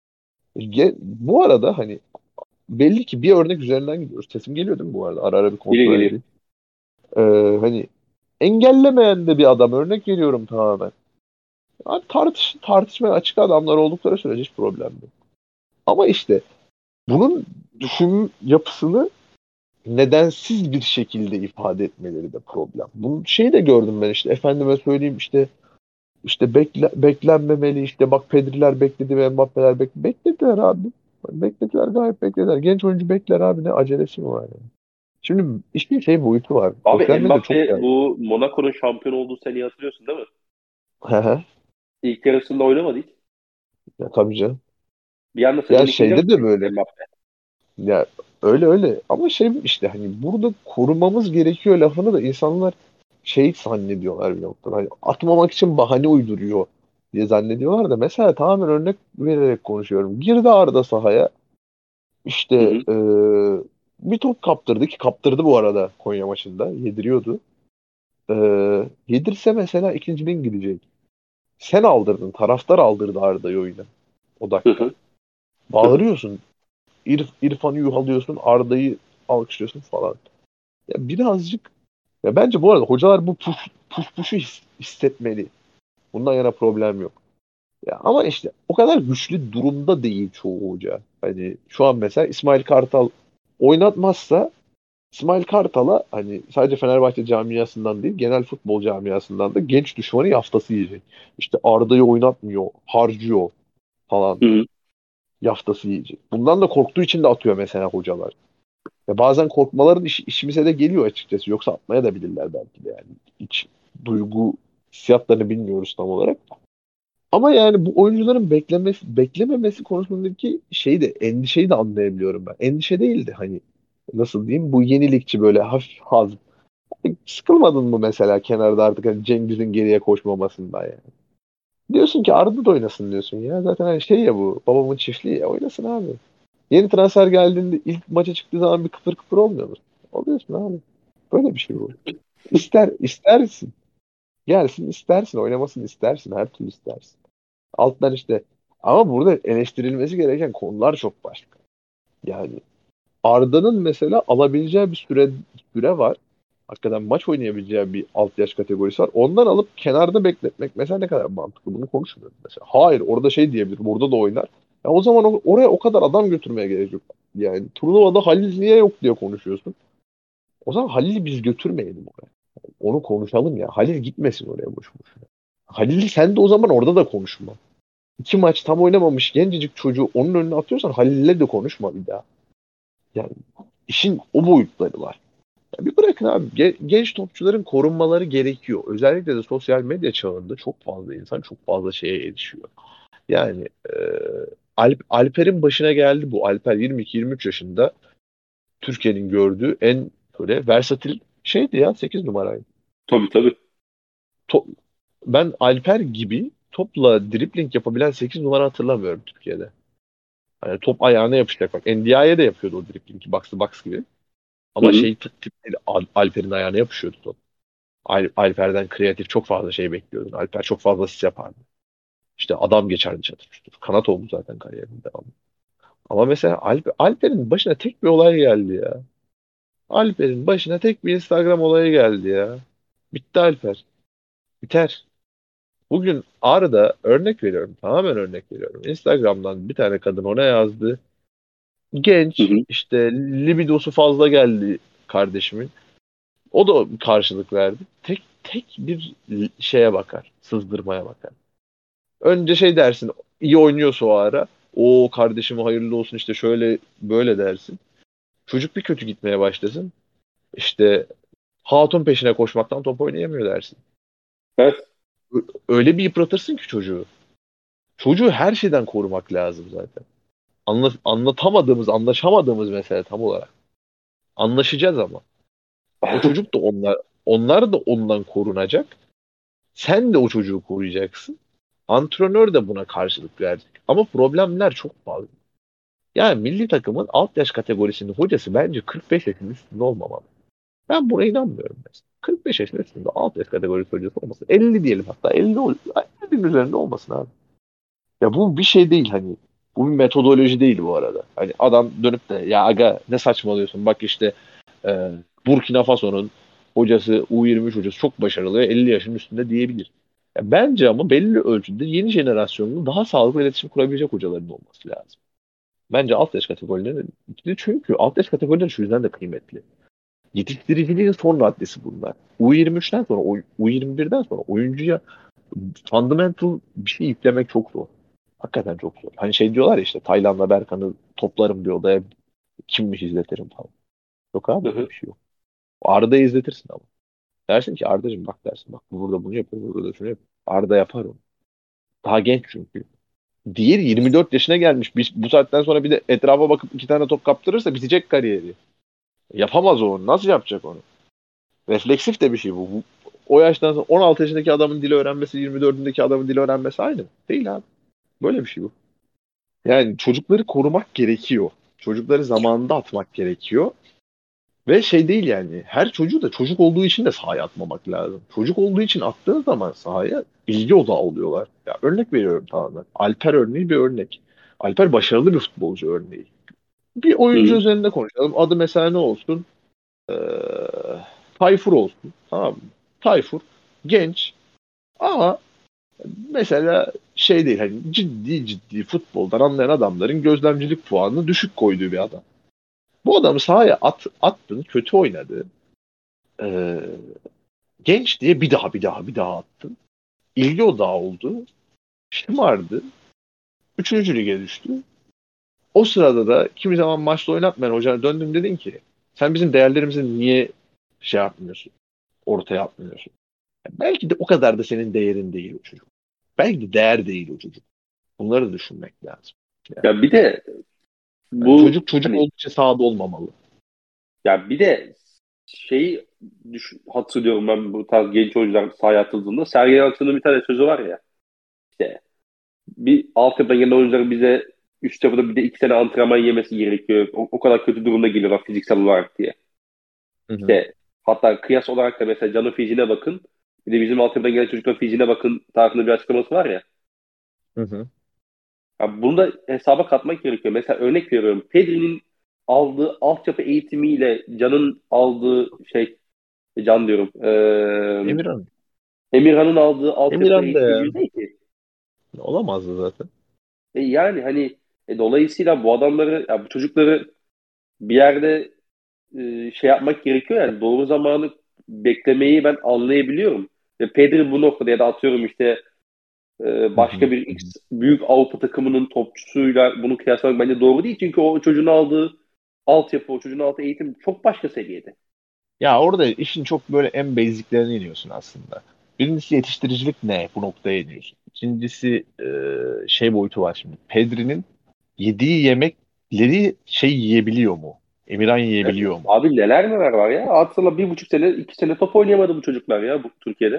Bu arada hani belli ki bir örnek üzerinden gidiyoruz. Sesim geliyor değil mi bu arada? Ara ara bir Geliyor kontrol geliyor. edeyim. Ee, hani engellemeyen de bir adam, örnek veriyorum tamamen. Abi tartışmaya açık adamlar oldukları sürece hiç problem yok. Ama işte bunun düşün yapısını nedensiz bir şekilde ifade etmeleri de problem. Bunu şey de gördüm ben, işte efendime söyleyeyim, işte beklenmemeli, işte bak Pedri'ler bekledi ve Mbappe'ler beklediler abi. Beklediler, gayet beklediler. Genç oyuncu bekler abi, ne acelesi mi var yani? Şimdi işin şey boyutu var. Sosyal Abi medya çok Mbappe geldi. bu Monaco'nun şampiyon olduğu seneyi hatırlıyorsun değil mi? Hı hı. İlk yarısında oynamadı hiç. Ya tabii canım. Bir anda Ya sezon ikinci şeyde yarısında de geçti böyle. Mbappe. Ya öyle öyle. Ama şey, işte hani burada korumamız gerekiyor lafını da insanlar şey zannediyorlar bir noktada. Hani atmamak için bahane uyduruyor diye zannediyorlar da, mesela tamamen örnek vererek konuşuyorum. Girdi Arda sahaya, Hı işte hı. bir top kaptırdı, ki kaptırdı bu arada, Konya maçında yediriyordu. Yedirse mesela ikincinin gidecek. Sen aldırdın. Taraftar aldırdı Arda'yı oyuna o Hı dakika. hı. Hı hı. Bağırıyorsun. İrfan'ı yuhalıyorsun. Arda'yı alkışlıyorsun falan. Ya birazcık, ya bence bu arada hocalar bu puşu hissetmeli. Bundan yana problem yok. Ya ama işte o kadar güçlü durumda değil çoğu hoca. Hani şu an mesela İsmail Kartal oynatmazsa, İsmail Kartal'a hani sadece Fenerbahçe camiasından değil, genel futbol camiasından da genç düşmanı yaftası yiyecek. İşte Arda'yı oynatmıyor, harcıyor falan, Hı hı. yaftası yiyecek. Bundan da korktuğu için de atıyor mesela hocalar. Ve bazen korkmaların işimize de geliyor açıkçası. Yoksa atmaya da bilirler belki de yani. Hiç duygu hissiyatlarını bilmiyoruz tam olarak. Ama yani bu oyuncuların beklememesi konusundaki endişeyi de anlayabiliyorum ben. Endişe değildi hani, nasıl diyeyim, bu yenilikçi böyle hafif haz. Sıkılmadın mı mesela kenarda artık hani Cengiz'in geriye koşmamasından yani? Diyorsun ki Arda da oynasın diyorsun ya. Zaten hani şey ya, bu babamın çiftliği ya, oynasın abi. Yeni transfer geldiğinde ilk maça çıktığı zaman bir kıpır kıpır olmuyor musun? Oluyorsun abi. Böyle bir şey bu. İstersin. Gelsin istersin. Oynamasını istersin. Her türlü istersin. Alttan işte. Ama burada eleştirilmesi gereken konular çok başka. Yani Arda'nın mesela alabileceği bir süre var. Hakikaten maç oynayabileceği bir alt yaş kategorisi var. Ondan alıp kenarda bekletmek mesela ne kadar mantıklı? Bunu konuşmuyoruz mesela. Hayır, orada şey diyebilir. Burada da oynar. Ya o zaman oraya o kadar adam götürmeye gerek yok. Yani turnuvada Halil niye yok diye konuşuyorsun. O zaman Halil'i biz götürmeyelim oraya. Onu konuşalım ya. Halil gitmesin oraya boş boş. Halil'i sen de o zaman orada da konuşma. İki maç tam oynamamış gencecik çocuğu onun önüne atıyorsan Halil'le de konuşma bir daha. Yani işin o boyutları var. Ya bir bırakın abi. Genç topçuların korunmaları gerekiyor. Özellikle de sosyal medya çağında çok fazla insan çok fazla şeye erişiyor. Yani Alper'in başına geldi bu. Alper 22-23 yaşında, Türkiye'nin gördüğü en böyle versatil şeydi ya, 8 numaraydı. Tabii tabii. To- ben Alper gibi topla dribling yapabilen 8 numara hatırlamıyorum Türkiye'de. Hani top ayağına yapışacak bak. NDI'ye de yapıyordu o driblingi, box to box gibi. Hı Ama hı. şey tip değil, Alper'in ayağına yapışıyordu top. Alper'den kreatif çok fazla şey bekliyordun. Alper çok fazla asist yapardı. İşte adam geçerdi çatır çutur. Kanat oldu zaten kariyerinin devamı. Ama mesela Alper'in başına tek bir olay geldi ya. Alper'in başına tek bir Instagram olayı geldi ya. Bitti Alper. Biter. Bugün Arda, örnek veriyorum. Tamamen örnek veriyorum. Instagram'dan bir tane kadın ona yazdı. Hı Genç, hı. işte libidosu fazla geldi kardeşimin. O da karşılık verdi. Tek bir şeye bakar. Sızdırmaya bakar. Önce şey dersin, iyi oynuyorsa o ara. O kardeşime hayırlı olsun işte, şöyle böyle dersin. Çocuk bir kötü gitmeye başlasın. İşte hatun peşine koşmaktan top oynayamıyor dersin. Evet. Öyle bir yıpratırsın ki çocuğu. Çocuğu her şeyden korumak lazım zaten. Anlatamadığımız, anlaşamadığımız mesele tam olarak. Anlaşacağız ama. O çocuk da onlar da ondan korunacak. Sen de o çocuğu koruyacaksın. Antrenör de buna karşılık verecek. Ama problemler çok fazla. Yani milli takımın alt yaş kategorisinin hocası bence 45 yaşın üstünde olmamalı. Ben buna inanmıyorum mesela. 45 yaşın üstünde alt yaş kategorisi hocası olmasın. 50 diyelim hatta 50'nin üzerinde olmasın abi. Ya bu bir şey değil hani. Bu bir metodoloji değil bu arada. Hani adam dönüp de ya aga ne saçmalıyorsun bak işte e, Burkina Faso'nun hocası U23 hocası çok başarılı ve 50 yaşın üstünde diyebilir. Ya bence ama belli ölçüde yeni jenerasyonun daha sağlıklı iletişim kurabilecek hocaların olması lazım. Bence alt yaş kategorileri çünkü alt yaş kategorileri şu yüzden de kıymetli. Yetiştiriciliğin son raddesi bunlar. U23'ten sonra U21'den sonra oyuncuya fundamental bir şey yüklemek çok zor. Hakikaten çok zor. Hani şey diyorlar ya işte Tayland'la Berkan'ı toplarım bir odaya kimmiş izletirim falan. Yok abi öyle bir şey yok. Arda'yı izletirsin ama. Dersin ki Arda'cığım bak dersin. Bak bu burada bunu yapıyor, burada da şunu yapıyor. Arda yapar onu. Daha genç çünkü. Diğeri 24 yaşına gelmiş. Bu saatten sonra bir de etrafa bakıp iki tane top kaptırırsa bitecek kariyeri. Yapamaz o onu. Nasıl yapacak onu? Refleksif de bir şey bu. O yaştan sonra 16 yaşındaki adamın dili öğrenmesi 24'ündeki adamın dili öğrenmesi aynı. Değil abi. Böyle bir şey bu. Yani çocukları korumak gerekiyor. Çocukları zamanında atmak gerekiyor. Ve şey değil yani her çocuğu da çocuk olduğu için de sahaya atmamak lazım. Çocuk olduğu için attığın zaman sahaya ilgi odağı oluyorlar. Ya örnek veriyorum tamamen. Alper örneği bir örnek. Alper başarılı bir futbolcu örneği. Bir Hı oyuncu hı. üzerinde konuşalım. Adı mesela ne olsun? Ee, Tayfur olsun. Tamam mı? Tayfur genç ama mesela şey değil hani ciddi ciddi futboldan anlayan adamların gözlemcilik puanını düşük koyduğu bir adam. Bu adamı sahaya attın, kötü oynadı. Ee, Genç diye bir daha attın. İlgi odağı oldu. Şımardı. Üçüncü lige düştü. O sırada da kimi zaman maçta oynatmayan hocana döndüm dedin ki sen bizim değerlerimizi niye şey yapmıyorsun? Ortaya atmıyorsun. Belki de o kadar da senin değerin değil o çocuk. Belki de değer değil o çocuk. Bunları da düşünmek lazım. Yani, Ya bir de yani bu çocuk çocuk hani oldukça sahada olmamalı. ya bir de şeyi hatırlıyorum ben bu tarz genç oyuncular sahaya atıldığında Sergen Yalçın'ın bir tane sözü var ya işte bir altyapıdan gelen oyuncuların bize üst yapıda bir de 2 sene antrenman yemesi gerekiyor. O kadar kötü durumda geliyorlar fiziksel olarak diye. Hı hı. İşte hatta kıyas olarak da mesela Can'ın fiziğine bakın. Bir de bizim altyapıdan gelen çocukların fiziğine bakın tarzında bir açıklaması var ya. Hı hı. Ya bunu da hesaba katmak gerekiyor. Mesela örnek veriyorum. Pedri'nin aldığı altyapı eğitimiyle Can'ın aldığı Can diyorum. Emirhan. Emirhan'ın aldığı altyapı Emirhan da eğitimi ya. bir değil ki. Olamazdı zaten. Yani hani dolayısıyla bu adamları, ya bu çocukları bir yerde yapmak gerekiyor yani doğru zamanı beklemeyi ben anlayabiliyorum. Ve Pedri bu noktada ya da atıyorum işte Hı başka hı. bir Hı X hı. büyük Avrupa takımının topçusuyla bunu kıyaslamak bence doğru değil. Çünkü o çocuğun aldığı altyapı, o çocuğun aldığı eğitim çok başka seviyede. Ya orada işin çok böyle en basiclerine iniyorsun aslında. Birincisi yetiştiricilik ne? Bu noktaya iniyorsun. İkincisi şey boyutu var şimdi. Pedri'nin yediği yemekleri şey yiyebiliyor mu? Emirhan Evet. yiyebiliyor mu? Abi neler var ya. Aslında 1,5 sene, 2 sene top oynayamadı bu çocuklar ya bu Türkiye'de.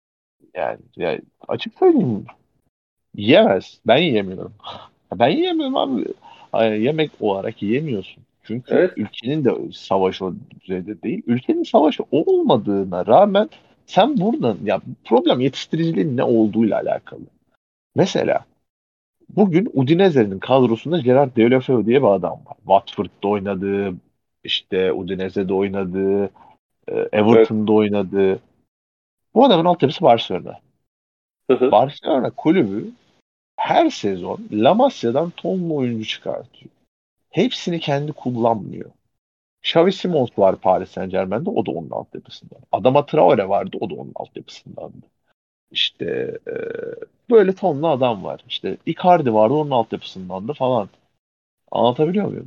Yani açık söyleyeyim yiyemez. Ben yiyemiyorum. Ben yiyemiyorum abi. Ay, yemek olarak yiyemiyorsun. Çünkü Evet. ülkenin de savaşı o düzeyde değil. Ülkenin savaşı olmadığına rağmen sen buradan ya problem yetiştiriciliğin ne olduğuyla alakalı. Mesela bugün Udinese'nin kadrosunda Gerard Deulofeu diye bir adam var. Watford'da oynadı, işte Udinese'de oynadı, Evet. Everton'da oynadı. Bu adamın altyapısı Barcelona. Hı hı. Barcelona kulübü her sezon La Masia'dan tonla oyuncu çıkartıyor. Hepsini kendi kullanmıyor. Xavi Simons var Paris Saint-Germain'de, o da onun altyapısından. Adama Traore vardı, o da onun altyapısındandı. İşte böyle tonla adam var. İşte Icardi vardı, onun altyapısındandı falan. Anlatabiliyor muyum?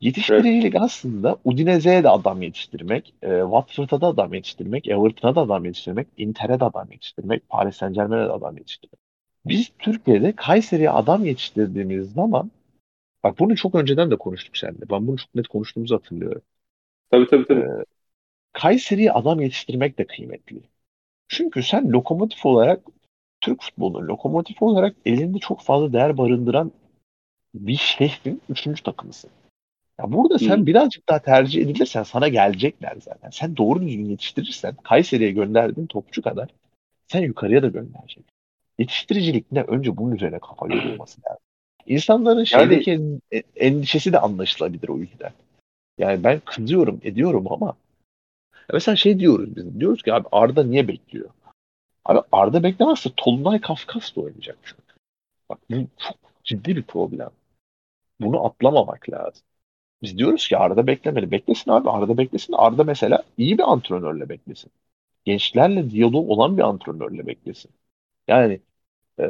Evet. Yetiştiricilik aslında Udinese'ye de adam yetiştirmek, Watford'a da adam yetiştirmek, Everton'a da adam yetiştirmek, Inter'e de adam yetiştirmek, Paris Saint-Germain'e de adam yetiştirmek. Biz Türkiye'de Kayseri'ye adam yetiştirdiğimiz zaman, bak bunu çok önceden de konuştuk seninle. Ben bunu çok net konuştuğumuzu hatırlıyorum. Tabii tabii E, tabii. Kayseri'ye adam yetiştirmek de kıymetli. Çünkü sen lokomotif olarak, Türk futbolunun lokomotif olarak elinde çok fazla değer barındıran bir şehrin üçüncü takımısın. Ya burada Hı. sen birazcık daha tercih edilirsen sana gelecekler zaten. Sen doğru düzgün yetiştirirsen Kayseri'ye gönderdiğin topçu kadar sen yukarıya da göndereceksin. Yetiştiricilik ne? Önce bunun üzerine kafa yorulması lazım. İnsanların Yani şeydeki endişesi de anlaşılabilir o yüzden. Yani ben kızıyorum, ediyorum ama mesela şey diyoruz biz. Diyoruz ki abi Arda niye bekliyor? Abi Arda beklemezse Tolunay Kafkas da oynayacak çünkü. Bak bu çok ciddi bir problem. Bunu atlamamak lazım. Biz diyoruz ki Arda beklemeli. Beklesin abi, Arda beklesin. Arda mesela iyi bir antrenörle beklesin. Gençlerle diyalog olan bir antrenörle beklesin. Yani e,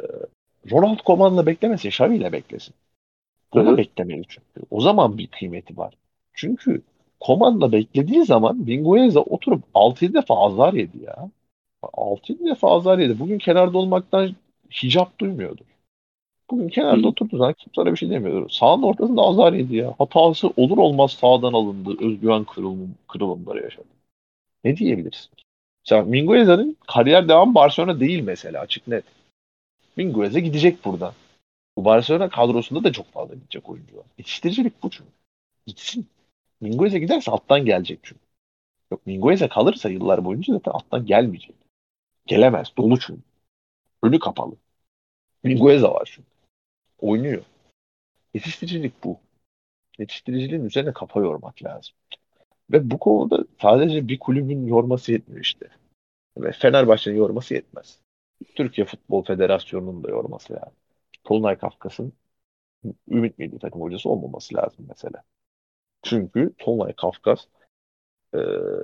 Ronald Koeman'la beklemesin, Xavi ile beklesin. hı Onunla hı. beklemeli çünkü. O zaman bir kıymeti var. Çünkü Koeman'la beklediği zaman Mingueza oturup 6-7 defa azar yedi ya. 6-7 defa azar yedi. Bugün kenarda olmaktan hicap duymuyordu. Bugün Hı kenarda hı. oturduğu zaman kimse bir şey demiyordu. Sahanın ortasında azar yedi ya. Hatası olur olmaz sağdan alındı. Özgüven kırılımları yaşadı. Ne diyebilirsin? Mesela Mingueza'nın kariyer devamı Barcelona değil mesela, açık net. Mingueza gidecek buradan. Bu Barcelona kadrosunda da çok fazla gidecek oyuncu var. Yetiştiricilik bu çünkü. Gitsin. Mingueza giderse alttan gelecek çünkü. Yok, Mingueza kalırsa yıllar boyunca zaten alttan gelmeyecek. Gelemez. Dolu çünkü. Önü kapalı. Mingueza var çünkü. Oynuyor. Yetiştiricilik bu. Yetiştiriciliğin üzerine kafa yormak lazım. Ve bu konuda sadece bir kulübün yorması yetmiyor işte. Ve Fenerbahçe'nin yorması yetmez. Türkiye Futbol Federasyonu'nun da yorması lazım. Tolunay Kafkas'ın Ümit Milli Takım hocası olmaması lazım mesela. Çünkü Tolunay Kafkas e,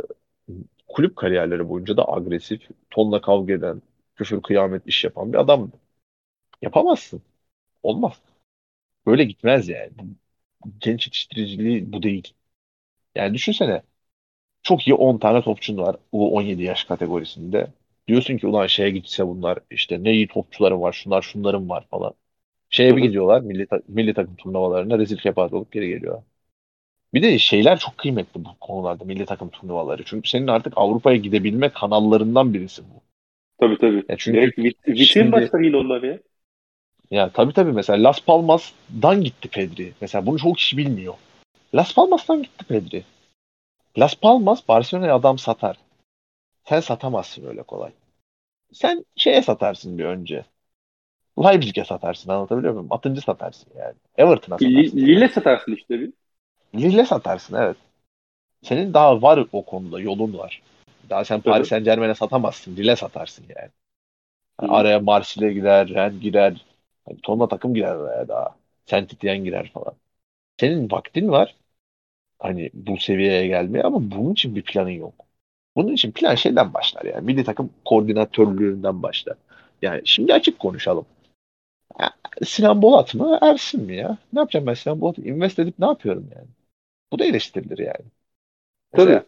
kulüp kariyerleri boyunca da agresif, tonla kavga eden, küfür kıyamet iş yapan bir adamdı. Yapamazsın. Olmaz. Böyle gitmez yani. Genç yetiştiriciliği bu değil. Yani düşünsene, çok iyi 10 tane topçun var U17 yaş kategorisinde. Diyorsun ki ulan şeye gitse bunlar işte ne iyi topçularım var, şunlar şunlarım var falan. Hı Şeye bir hı. gidiyorlar milli takım turnuvalarına rezil kepaze olup geri geliyor. Bir de şeyler çok kıymetli bu konularda, milli takım turnuvaları. Çünkü senin artık Avrupa'ya gidebilme kanallarından birisi bu. Tabii tabii. Ya çünkü Direkt vitrin şimdi başlar yine onlar ya. ya tabii mesela Las Palmas'dan gitti Pedri. Mesela bunu çok kişi bilmiyor. Las Palmas'tan gitti Pedri. Las Palmas Barcelona'ya adam satar. Sen satamazsın öyle kolay. Sen şeye satarsın bir önce. Leipzig'e satarsın, anlatabiliyor muyum? Atıncı satarsın yani. Everton'a satarsın en Lille azından. satarsın işte bir. Lille satarsın, evet. Senin daha var o konuda, yolun var. Daha sen Hı Paris hı. Saint-Germain'e satamazsın. Lille satarsın yani. Hı hı. Araya Marsilya girer, Rennes girer. Hani tonla takım girer araya daha. Saint-Étienne girer falan. Senin vaktin var. Hani bu seviyeye gelmeye ama bunun için bir planın yok. Bunun için plan şeyden başlar yani. Milli takım koordinatörlüğünden başlar. Yani şimdi açık konuşalım. Ya, Sinan Bolat mı? Ersin mi ya? Ne yapacağım ben Sinan Bolat'ı invest edip ne yapıyorum yani? Bu da eleştirilir yani. Tabii. Mesela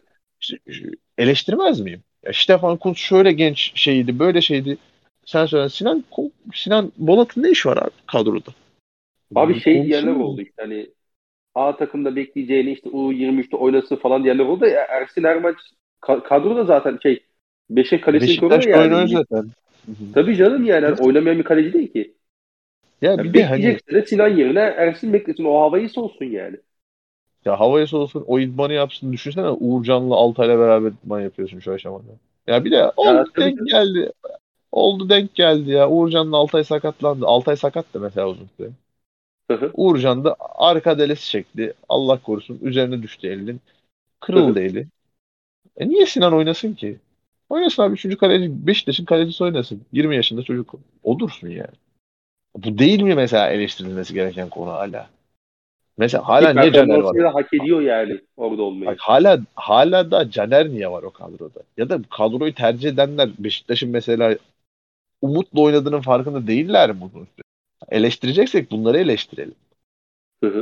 eleştirmez miyim? Ya Stefan Kuntz şöyle genç şeydi, böyle şeydi. Sen söyle Sinan Bolat'ın ne işi var abi kadroda? Abi Bir şey diyenler konuşulur. oldu işte hani A takımda bekleyeceğini işte U23'te oynasın falan diyenler oldu. Ya Ersin her maç kadroda zaten şey Beşiktaş kalesini koruyor Beşiktaş'ta oynuyor yani. zaten. Hı hı. Tabii canım yani hani oynamayan bir kaleci değil ki. Ya bir Ya de hani bekleyecekse de Sinan yerine Ersin beklesin. O havayı solsun yani. ya havaya soğusun o idmanı yapsın. Düşünsene Uğurcan'la Altay'la beraber idman yapıyorsun şu aşamada. Ya bir de Ya oldu tabii denk canım. geldi. Oldu denk geldi ya. Uğurcan'la Altay sakatlandı. Altay sakattı mesela uzun süre. Hı hı, Uğurcan da arka delesi çekti. Allah korusun. Üzerine düştü elinin. hı Kırıldı hı. eli. Niye Sinan oynasın ki? Oynasın abi. Üçüncü kaleci. Beşiktaş'ın kalecisi oynasın. 20 yaşında çocuk. Olursun yani. Bu değil mi mesela eleştirilmesi gereken konu hala? Mesela Ki hala niye Caner var? performansıyla hak ediyor yani orada olmayı. Bak hala da Caner niye var o kadroda? Ya da kadroyu tercih edenler Beşiktaş'ın mesela Umut'la oynadığının farkında değiller mi bunun? Eleştireceksek bunları eleştirelim. Hı hı.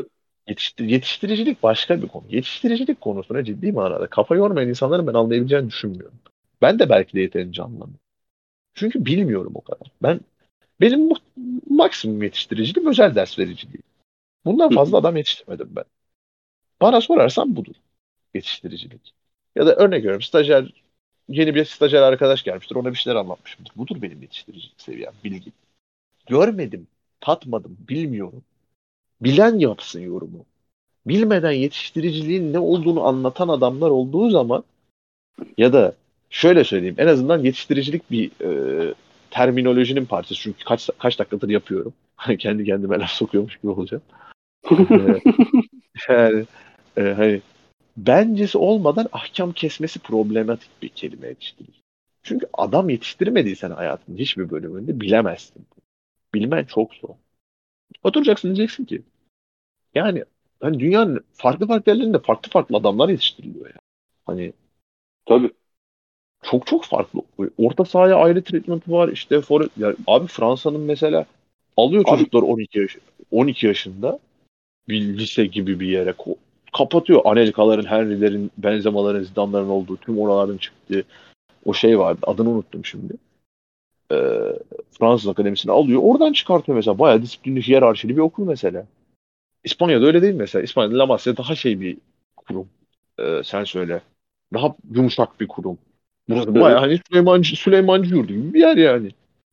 Yetiştiricilik başka bir konu. Yetiştiricilik konusuna ciddi manada kafa yormayan insanların ben anlayabileceğini düşünmüyorum. Ben de belki de yeterince anlamıyorum. Çünkü bilmiyorum o kadar. Benim maksimum yetiştiriciliğim özel ders vericiliği. Bundan fazla adam yetiştirmedim ben. Bana sorarsan budur yetiştiricilik. Ya da örnek veriyorum, yeni bir stajyer arkadaş gelmiştir. Ona bir şeyler anlatmışımdır. Budur benim yetiştiricilik seviyem, bilgim. Görmedim, tatmadım, bilmiyorum. Bilen yapsın yorumu. Bilmeden yetiştiriciliğin ne olduğunu anlatan adamlar olduğu zaman, ya da şöyle söyleyeyim, en azından yetiştiricilik bir terminolojinin parçası. Çünkü kaç dakikadır yapıyorum. Kendi kendime laf sokuyormuş gibi olacağım. E, yani hani bencesi olmadan ahkam kesmesi problematik bir kelime yetiştirici. Çünkü adam yetiştirmediysen hayatının hiçbir bölümünde bilemezsin. Bilmen çok zor. Oturacaksın, diyeceksin ki yani hani dünyanın farklı farklı yerlerinde farklı farklı adamlar yetiştiriliyor ya. Hani Tabii. çok çok farklı. Orta sahaya ayrı treatment var. İşte ya abi Fransa'nın mesela alıyor Abi çocuklar 12 yaşında bir lise gibi bir yere kapatıyor. Anelka'ların, Henry'lerin, Benzema'ların, Zidane'ların olduğu tüm oraların çıktığı o şey vardı. Adını unuttum şimdi. Ee, Fransız Akademisi'ni alıyor. Oradan çıkartıyor mesela. Bayağı disiplinli, hiyerarşili bir okul mesela. İspanya'da öyle değil mesela. İspanya'da La Masia daha şey bir kurum. Sen söyle. Daha yumuşak bir kurum. Burası bayağı hani Süleymancı yurdu gibi bir yer yani.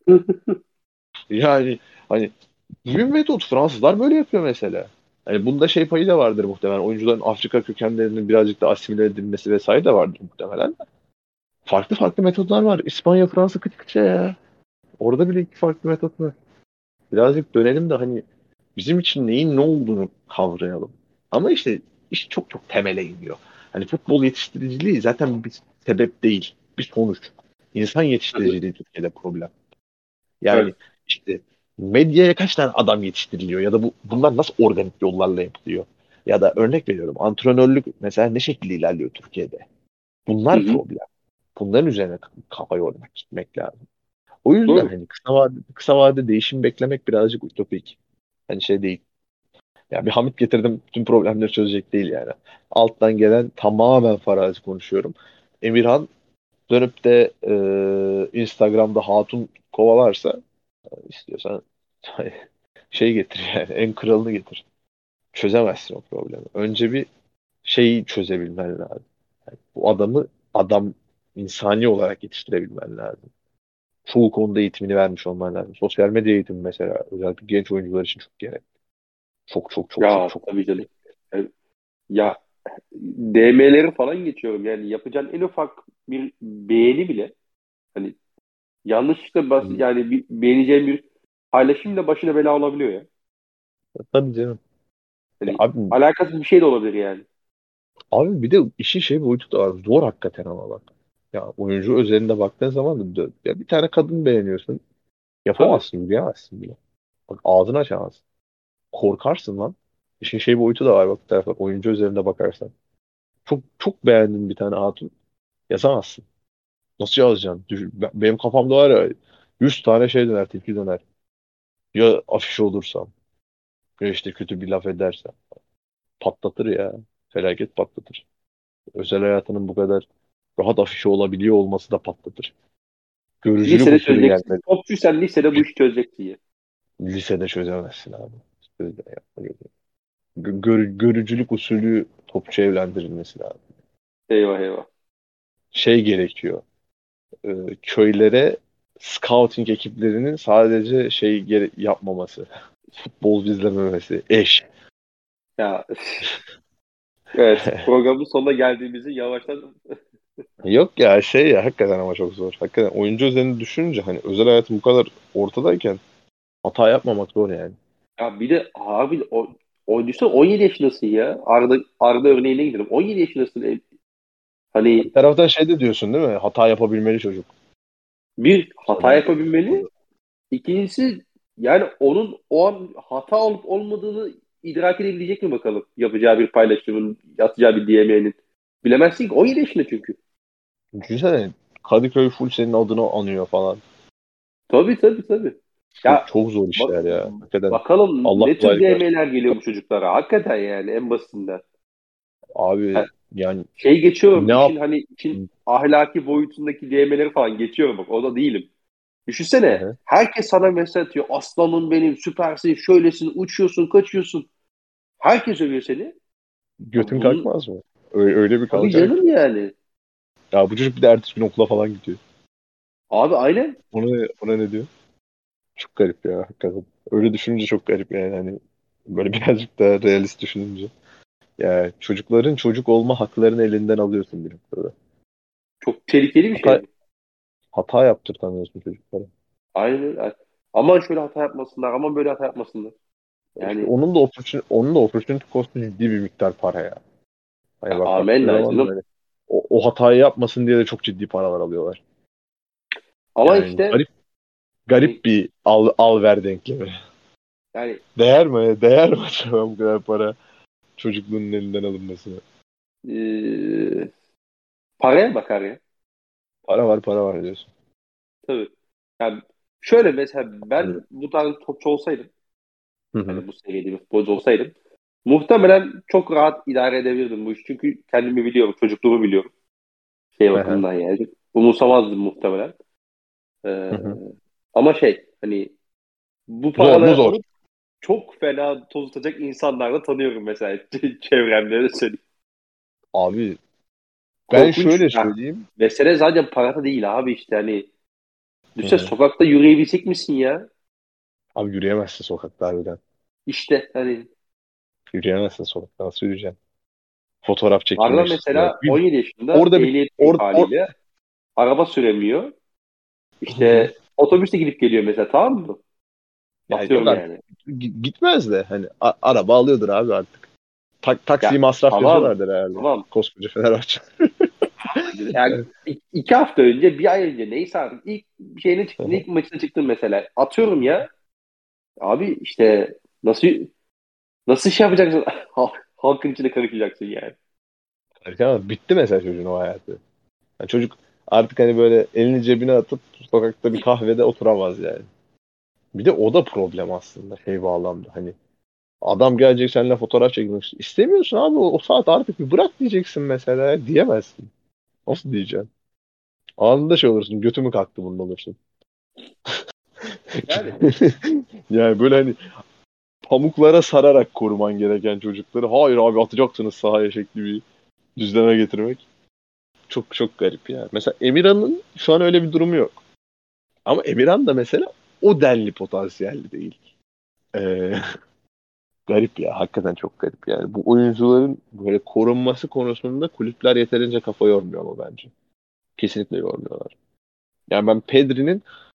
Yani hani bu bir metot. Fransızlar böyle yapıyor mesela. Hani bunda şey payı da vardır muhtemelen. Oyuncuların Afrika kökenlerinin birazcık da asimile edilmesi vesaire de vardır muhtemelen. Farklı farklı metodlar var. İspanya, Fransa kıçkıça ya. Orada bile iki farklı metot var. Birazcık dönelim de hani bizim için neyin ne olduğunu kavrayalım. Ama işte iş çok çok temele iniyor. Hani futbol yetiştiriciliği zaten bir sebep değil, bir sonuç. İnsan yetiştiriciliği Türkiye'de problem. Yani evet. işte medyaya kaç tane adam yetiştiriliyor ya da bunlar nasıl organik yollarla yapılıyor? Ya da örnek veriyorum, antrenörlük mesela ne şekilde ilerliyor Türkiye'de? Hı Bunlar hı. problem. Bunların üzerine kafa yormak, gitmek lazım. O yüzden Doğru. hani kısa vade değişim beklemek birazcık ütopik. Hani şey değil. Ya bir Hamit getirdim bütün problemleri çözecek değil yani. Alttan gelen tamamen farazi konuşuyorum. Emirhan dönüp de Instagram'da hatun kovalarsa istiyorsan şey getir yani en kralını getir. Çözemezsin o problemi. Önce bir şeyi çözebilmen lazım. Yani bu adamı adam insani olarak yetiştirebilmen lazım. Çoğu konuda eğitimini vermiş olman lazım. Sosyal medya eğitimi mesela özellikle genç oyuncular için çok gerek. Çok çok çok çok Ya çok. tabii canım. Yani, ya DM'leri falan geçiyorum. Yani yapacağın en ufak bir beğeni bile hani yanlışlıkla yani beğeneceğin bir paylaşım bile başına bela olabiliyor ya. Tabii canım. Ya Hani abi, alakasız bir şey de olabilir yani. abi bir de işin şey boyutu da var. Zor hakikaten ama bak. Ya oyuncu özelinde baktığın zaman da ya bir tane kadın beğeniyorsun. Tabii. Yapamazsın, yürüyemezsin bile. Bak ağzını açamazsın. Korkarsın lan. İşin şey boyutu da var bak, bir tarafa. Oyuncu özelinde bakarsan. Çok çok beğendiğin bir tane hatun yazamazsın. Nasıl yazacaksın? Benim kafamda var ya 100 tane şey döner, tepki döner. Ya afiş olursam, ya işte kötü bir laf edersem. Patlatır ya. Felaket patlatır. Özel hayatının bu kadar rahat afişe olabiliyor olması da patlatır. Görücülük Lisede usulü çözeceksin. gelmeli. Topçuysan lisede bu işi çözeceksin ya. Lisede çözemezsin abi. Sözde yapma gerekiyor. Görücülük usulü topçu evlendirilmesi lazım. Eyvah eyvah. Şey gerekiyor. Köylere scouting ekiplerinin sadece yapmaması. Futbol izlememesi. Eş. Ya evet, programın sonuna geldiğimizi yavaştan Yok ya ya hakikaten ama çok zor. Hakikaten oyuncu özelini düşününce hani özel hayatı bu kadar ortadayken hata yapmamak zor yani. ya bir de abi o düşünsene 17 yaşındasın ya. Arda örneğine gidelim. 17 yaşındasın. Bir Hani taraftan şey de diyorsun değil mi? Hata yapabilmeli çocuk. bir hata Sonra yapabilmeli. İkincisi yani onun o an hata olup olmadığını idrak edebilecek mi bakalım? Yapacağı bir paylaşımın, atacağı bir DM'nin. Bilemezsin ki. 17 yaşında çünkü. düşünsene Kadıköy full senin adını anıyor falan. Tabii tabii tabii. Ya Çok zor bak, işler ya. Hakikaten bakalım Allah ne tür kolaylık versin. DM'ler geliyor bu çocuklara. Hakikaten yani en basitinden. Ha, Abi yani şey geçiyorum, ne yap? işin ahlaki boyutundaki DM'leri falan geçiyorum, bak o da değilim. Hı Düşünsene hı. herkes sana mesaj atıyor. Aslanım benim, süpersin, şöylesin, uçuyorsun, kaçıyorsun. Herkes övüyor seni. Ya Götün bunun kalkmaz mı? Öyle bir tabii kalkar canım ki. yani. Ya bu çocuk bir de ertesi gün okula falan gidiyor. Abi aynen. Ona ne diyor? Çok garip ya hakikaten. Öyle düşününce çok garip yani hani böyle birazcık daha realist düşününce. Ya çocukların çocuk olma haklarını elinden alıyorsun bir noktada. Çok tehlikeli bir Hata, şey. hata yaptırtamıyorsun çocuklara. Aynen öyle. Aman şöyle hata yapmasınlar, aman böyle hata yapmasınlar. İşte Yani onun da opportunity cost'u ciddi bir miktar para ya. Hani ya, bak baktığın amenna zaman canım. böyle o hatayı yapmasın diye de çok ciddi paralar alıyorlar. Ama Yani işte hani garip bir al ver denklemi. yani Değer mi? Değer mi acaba bu kadar para çocukluğunun elinden alınmasına? eee, paraya bakar ya. Para var diyorsun. Tabii. Yani şöyle mesela Hı ben bu tarz topçu olsaydım, hı. hani bu seviyede bir futbolcu olsaydım, muhtemelen çok rahat idare edebilirdim bu işi. Çünkü kendimi biliyorum, çocukluğumu biliyorum. Şey Hı hı. bakımından yani. Umursamazdım muhtemelen. Ee, Hı hı. ama şey hani bu Zor mu paraları zor? alıp çok fena tozutacak insanlar da tanıyorum mesela çevremde, de söyleyeyim. Abi ben Korkunç şöyle ya. söyleyeyim. Mesele zaten parada değil abi, işte hani Hı düşse hı. sokakta yürüyebilecek misin ya? Abi yürüyemezsin sokakta harbiden. İşte hani Yürüyemezsin sokakta. Nasıl yürüyeceksin? Fotoğraf Varla çekilmek istiyorlar. mesela 17 yaşında Orada bir ehliyet yok or, or, haliyle. Araba süremiyor. Hı hı. İşte otobüste gidip geliyor mesela, tamam mı? Yani yok Atıyorum artık yani. gitmez de hani araba alıyordur abi artık. Taksi Ya masraf tamam. yazıyorlardır herhalde. Tamam. Koskoca Fenerbahçe. Yani Evet. 2 hafta önce, bir ay önce, neyse artık ilk şeyine Hı çıktın, hı. ilk maçına çıktın mesela. Atıyorum ya. Abi işte nasıl şey yapacaksın? Halkın içine karışacaksın yani. Harika ama bitti mesela çocuğun o hayatı. Yani çocuk artık hani böyle elini cebine atıp sokakta bir kahvede oturamaz yani. Bir de o da problem aslında şey bağlamda. Hani adam gelecek seninle fotoğraf çekmek istiyor. İstemiyorsun abi o saat artık bir bırak diyeceksin mesela. Diyemezsin. Nasıl diyeceksin? Anında şey olursun. Götümü kalktı bunun olursun. Yani Yani böyle hani pamuklara sararak koruman gereken çocukları hayır abi atacaksınız sahaya şekli bir düzleme getirmek. Çok çok garip yani. Mesela Emirhan'ın şu an öyle bir durumu yok. Ama Emirhan da mesela o denli potansiyelli değil. Ee, garip ya. Hakikaten çok garip yani. Bu oyuncuların böyle korunması konusunda kulüpler yeterince kafa yormuyor ama bence. Kesinlikle yormuyorlar. Yani ben Pedri'nin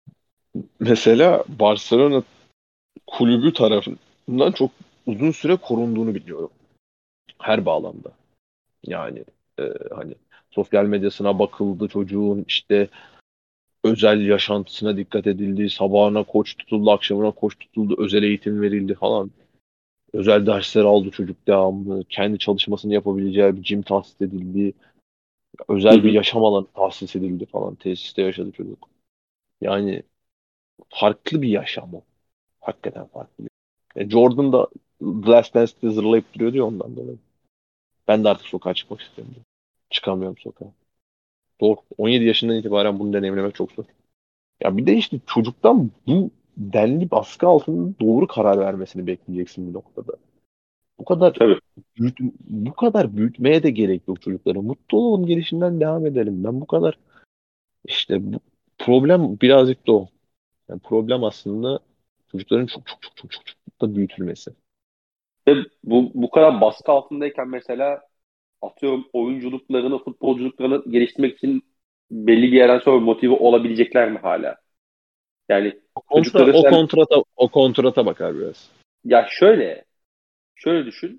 mesela Barcelona kulübü tarafından çok uzun süre korunduğunu biliyorum. Her bağlamda. Yani hani sosyal medyasına bakıldı çocuğun işte özel yaşantısına dikkat edildi. Sabahına koç tutuldu, akşamına koç tutuldu, özel eğitim verildi falan. Özel dersler aldı çocuk devamlı. Kendi çalışmasını yapabileceği bir gym tahsis edildi. hı Özel bir hı. yaşam alanı tahsis edildi falan. Tesiste yaşadı çocuk. Yani farklı bir yaşam o. Hakikaten farklı. Jordan da The Last Dance'de zırlayıp duruyordu ya ondan dolayı. Ben de artık sokağa çıkmak istiyorum. Çıkamıyorum sokağa. Doğru. 17 yaşından itibaren bunu deneyimlemek çok zor. Ya bir de işte çocuktan bu denli baskı altında doğru karar vermesini bekleyeceksin bir noktada. Bu kadar Tabii. bu kadar büyütmeye de gerek yok çocukları. Mutlu olalım, gelişinden devam edelim. Ben bu kadar işte bu problem birazcık da o. Yani problem aslında çocukların çok çok çok çok çok çok da büyütülmesi. Ve bu kadar baskı altındayken mesela atıyorum oyunculuklarını, futbolculuklarını geliştirmek için belli bir yerden sonra motive olabilecekler mi hala? Yani çocukları sen, O kontrata bakar biraz. ya şöyle düşün.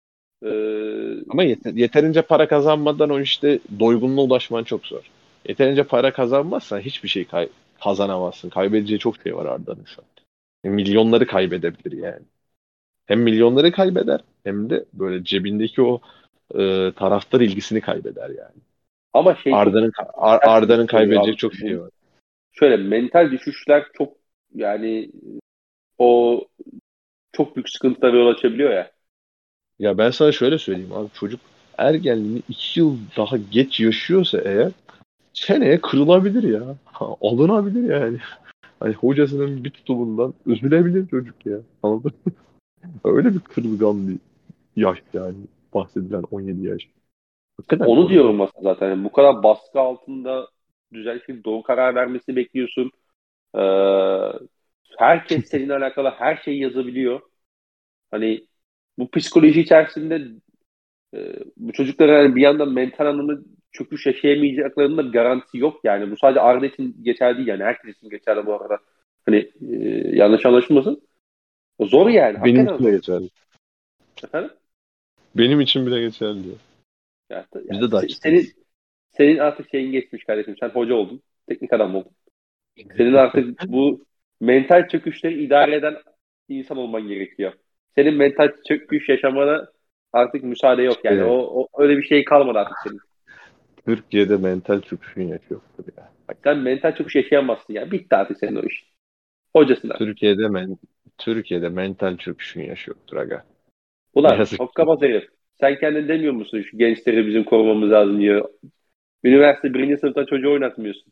Ee, Ama yeterince para kazanmadan o işte doygunluğa ulaşman çok zor. Yeterince para kazanmazsan hiçbir şey kazanamazsın. Kaybedeceği çok şey var Arda'nın şu an. Milyonları kaybedebilir yani. Hem milyonları kaybeder hem de böyle cebindeki o taraftar ilgisini kaybeder yani. ama şey çok Arda'nın sert bir Arda'nın düşüş oluyor kaybedecek abi. çok şey var. Şöyle mental düşüşler çok Yani o çok büyük sıkıntılara yol açabiliyor ya. Ya ben sana şöyle söyleyeyim abi, çocuk ergenliğini 2 yıl daha geç yaşıyorsa eğer seneye kırılabilir ya. Alınabilir yani. Hani hocasının bir tutumundan üzülebilir çocuk ya. Anladın mı? Öyle bir kırılgan bir yaş yani. Bahsedilen 17 yaş. Hakikaten Onu korkunç. diyorum aslında zaten. Yani bu kadar baskı altında güzel bir doğru karar vermesini bekliyorsun. Ee, Herkes seninle alakalı her şeyi yazabiliyor. Hani bu psikoloji içerisinde bu çocuklara yani bir yandan mental anlamda çöküş yaşayamayacaklarının da bir garantisi yok yani. Bu sadece Arda için geçerli değil yani. Herkes için geçerli bu arada. Hani yanlış anlaşılmasın. O zor yani. Benim Hakikaten için de zor. geçerli. Efendim? Benim için bile geçerli diyor. Yani Bizde de açtınız. senin artık şeyin geçmiş kardeşim. Sen hoca oldun. Teknik adam oldun. Senin artık bu mental çöküşleri idare eden insan olman gerekiyor. Senin mental çöküş yaşamana artık müsaade yok yani. İşte Öyle bir şey kalmadı artık senin. Türkiye'de mental çöküşün yaşı yoktur ya. Sen mental çöküş yaşayamazsın ya. Bitti artık senin o iş. Hocasın artık. Türkiye'de men Türkiye'de mental çöküşün yaşı yoktur aga. Ne Ulan yazık ki. hokkabaz herif. Sen kendin demiyor musun şu gençleri bizim korumamız lazım diye. Üniversite birinci sınıfta çocuğu oynatmıyorsun.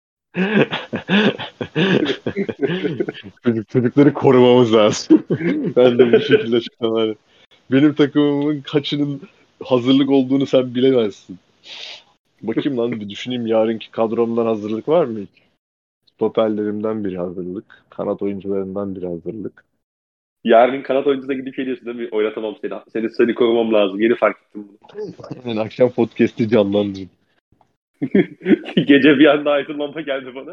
Çocukları korumamız lazım. Ben de bu şekilde açıklamalar. Benim takımımın kaçının hazırlık olduğunu sen bilemezsin. Bakayım lan, bir düşüneyim, yarınki kadromdan hazırlık var mı hiç? Stoperlerimden bir hazırlık. Kanat oyuncularından bir hazırlık. Yarın kanat oyuncusuna gidip şey diyorsun değil mi? Oynatamam seni. Seni korumam lazım. Yeni fark ettim bunu. Aynen, akşam podcast'i canlandırın. Gece bir anda aydınlanma geldi bana.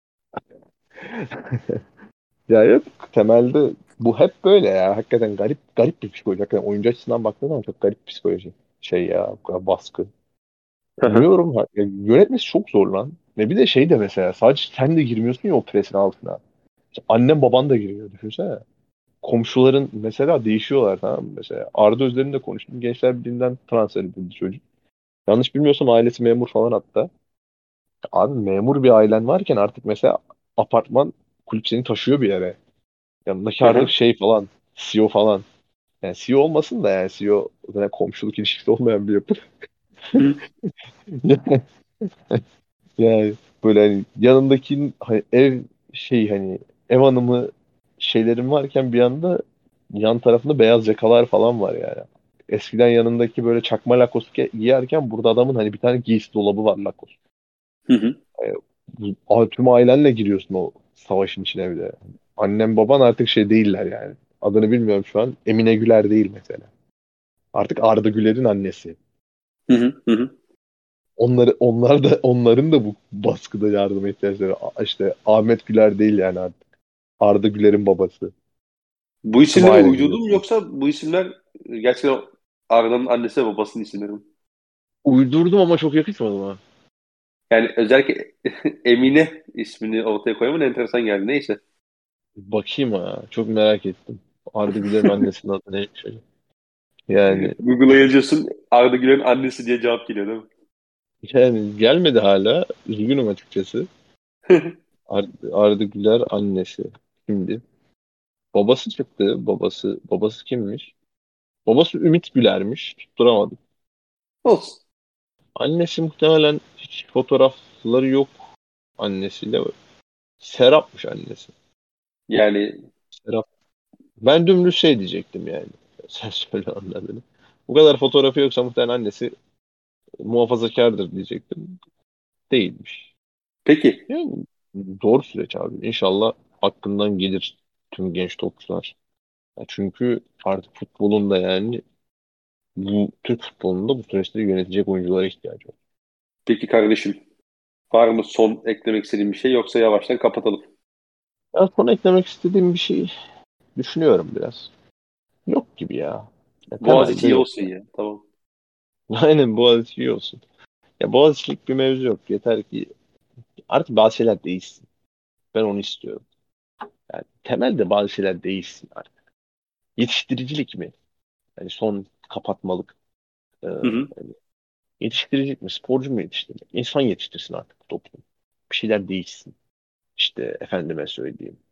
Ya yok, temelde bu hep böyle ya. Hakikaten garip garip bir psikoloji. Hakikaten oyuncu açısından baktığın zaman çok garip bir psikoloji. Şey ya, bu kadar baskı. Bilmiyorum. Ya, yönetmesi çok zor lan. Ve bir de şey de, mesela sadece sen de girmiyorsun ya o presin altına. İşte annen baban da giriyor, düşünsene. Komşuların mesela değişiyorlar, tamam mı? Mesela Arda Özler'in de konuştum. Gençler Birliği'nden transfer edildi çocuk. Yanlış bilmiyorsam ailesi memur falan hatta. Abi memur bir ailen varken artık mesela apartman kulüp seni taşıyor bir yere. Yanındaki artık şey falan, CEO falan. Yani CEO olmasın da, yani CEO zaten komşuluk ilişkisi olmayan bir yapı. Yani böyle hani yanındaki hani hani ev hanımı şeylerin varken bir anda yan tarafında beyaz yakalar falan var yani. Eskiden yanındaki böyle çakma Lacoste giyerken burada adamın hani bir tane giysi dolabı var Lacoste. Yani tüm ailenle giriyorsun o savaşın içine bir de. Annem baban artık şey değiller yani. Adını bilmiyorum şu an. Emine Güler değil mesela. Artık Arda Güler'in annesi. Onların da bu baskıda yardıma ihtiyaçları. İşte Ahmet Güler değil yani artık. Arda Güler'in babası. Bu Tüm isimleri aile uydurdun mu giriyorsun. yoksa bu isimler gerçekten Arda'nın annesi ve babasının isimleri mi? Uydurdum ama çok yakışmadı bana. Yani özellikle Emine ismini ortaya koyman enteresan geldi. Neyse. Bakayım ha. Çok merak ettim. Arda Güler'in annesinin adı neymiş acaba? Yani Google'a yazıyorsun Arda Güler'in annesi diye cevap geliyor değil yani gelmedi hala. Üzgünüm açıkçası. mi? Arda Güler annesi. Şimdi babası çıktı. Babası kimmiş? Babası Ümit Güler'miş. Tutturamadım. Olsun. Annesi muhtemelen hiç fotoğrafları yok annesiyle. Serap'mış annesi. Yani Serap. Ben dümdüz şey diyecektim yani. Sen söyle anladın. Bu kadar fotoğrafı yoksa muhtemelen annesi muhafazakardır diyecektim. Değilmiş. peki. Yani zor süreç abi. İnşallah hakkından gelir tüm genç topçular. Ya çünkü artık futbolun da yani bu Türk futbolunda bu süreçleri yönetecek oyunculara ihtiyacı var. Peki kardeşim. Var mı son eklemek istediğin bir şey yoksa yavaştan kapatalım. Ya son eklemek istediğim bir şey düşünüyorum biraz. Yok gibi ya. Ya Boğaziçi temelde iyi yok olsun ya. ya. Tamam. Aynen, Boğaziçi iyi olsun. Ya Boğaziçi'lik bir mevzu yok. Yeter ki artık bazı şeyler değişsin. Ben onu istiyorum. Yani temelde bazı şeyler değişsin artık. Yetiştiricilik mi? Yani son kapatmalık. Ee, Hı hı. hani yetiştiricilik mi? Sporcu mu yetiştirmek? İnsan yetiştirsin artık bu toplum. Bir şeyler değişsin. İşte efendime söyleyeyim.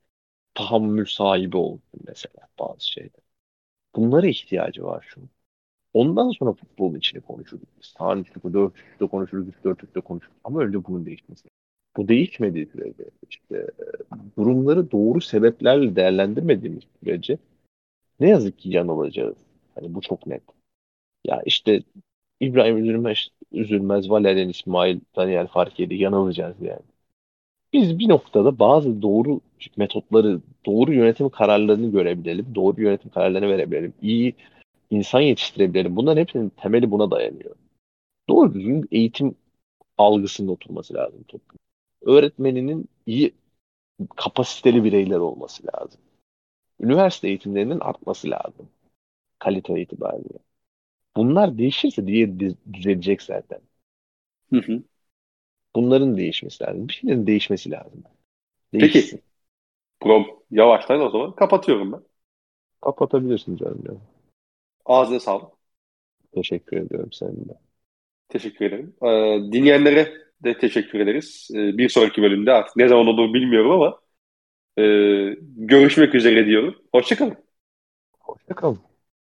tahammül sahibi olsun mesela bazı şeyler. Bunlara ihtiyacı var şu. Ondan sonra futbolun içini konuşuruz. Biz sahanın içinde 4-3'te konuşuruz, 3-4-3'te konuşuruz. Ama önce bunun değişmesi. Bu değişmediği sürece işte durumları doğru sebeplerle değerlendirmediğimiz sürece ne yazık ki yanılacağız. Hani bu çok net. Ya işte İbrahim Üzülmez, Valerian İsmail, Daniel Farke'de yanılacağız yani. Biz bir noktada bazı doğru metotları, doğru yönetim kararlarını görebilelim, doğru yönetim kararlarını verebilelim, iyi insan yetiştirebilelim. Bunların hepsinin temeli buna dayanıyor. Doğru düzgün bir eğitim algısının oturması lazım toplum. Öğretmeninin iyi kapasiteli bireyler olması lazım. Üniversite eğitimlerinin artması lazım kalite itibariyle. Bunlar değişirse diğeri düzelecek zaten. Hı hı. Bunların değişmesi lazım. Bir şeylerin değişmesi lazım. Değişsin. Peki. Yavaştan o zaman kapatıyorum ben. Kapatabilirsin canım ya. Ağzına sağlık. Teşekkür ediyorum senin de. Teşekkür ederim. Dinleyenlere de teşekkür ederiz. Bir sonraki bölümde artık ne zaman olur bilmiyorum ama görüşmek üzere diyorum. Hoşça kalın. Hoşça kalın.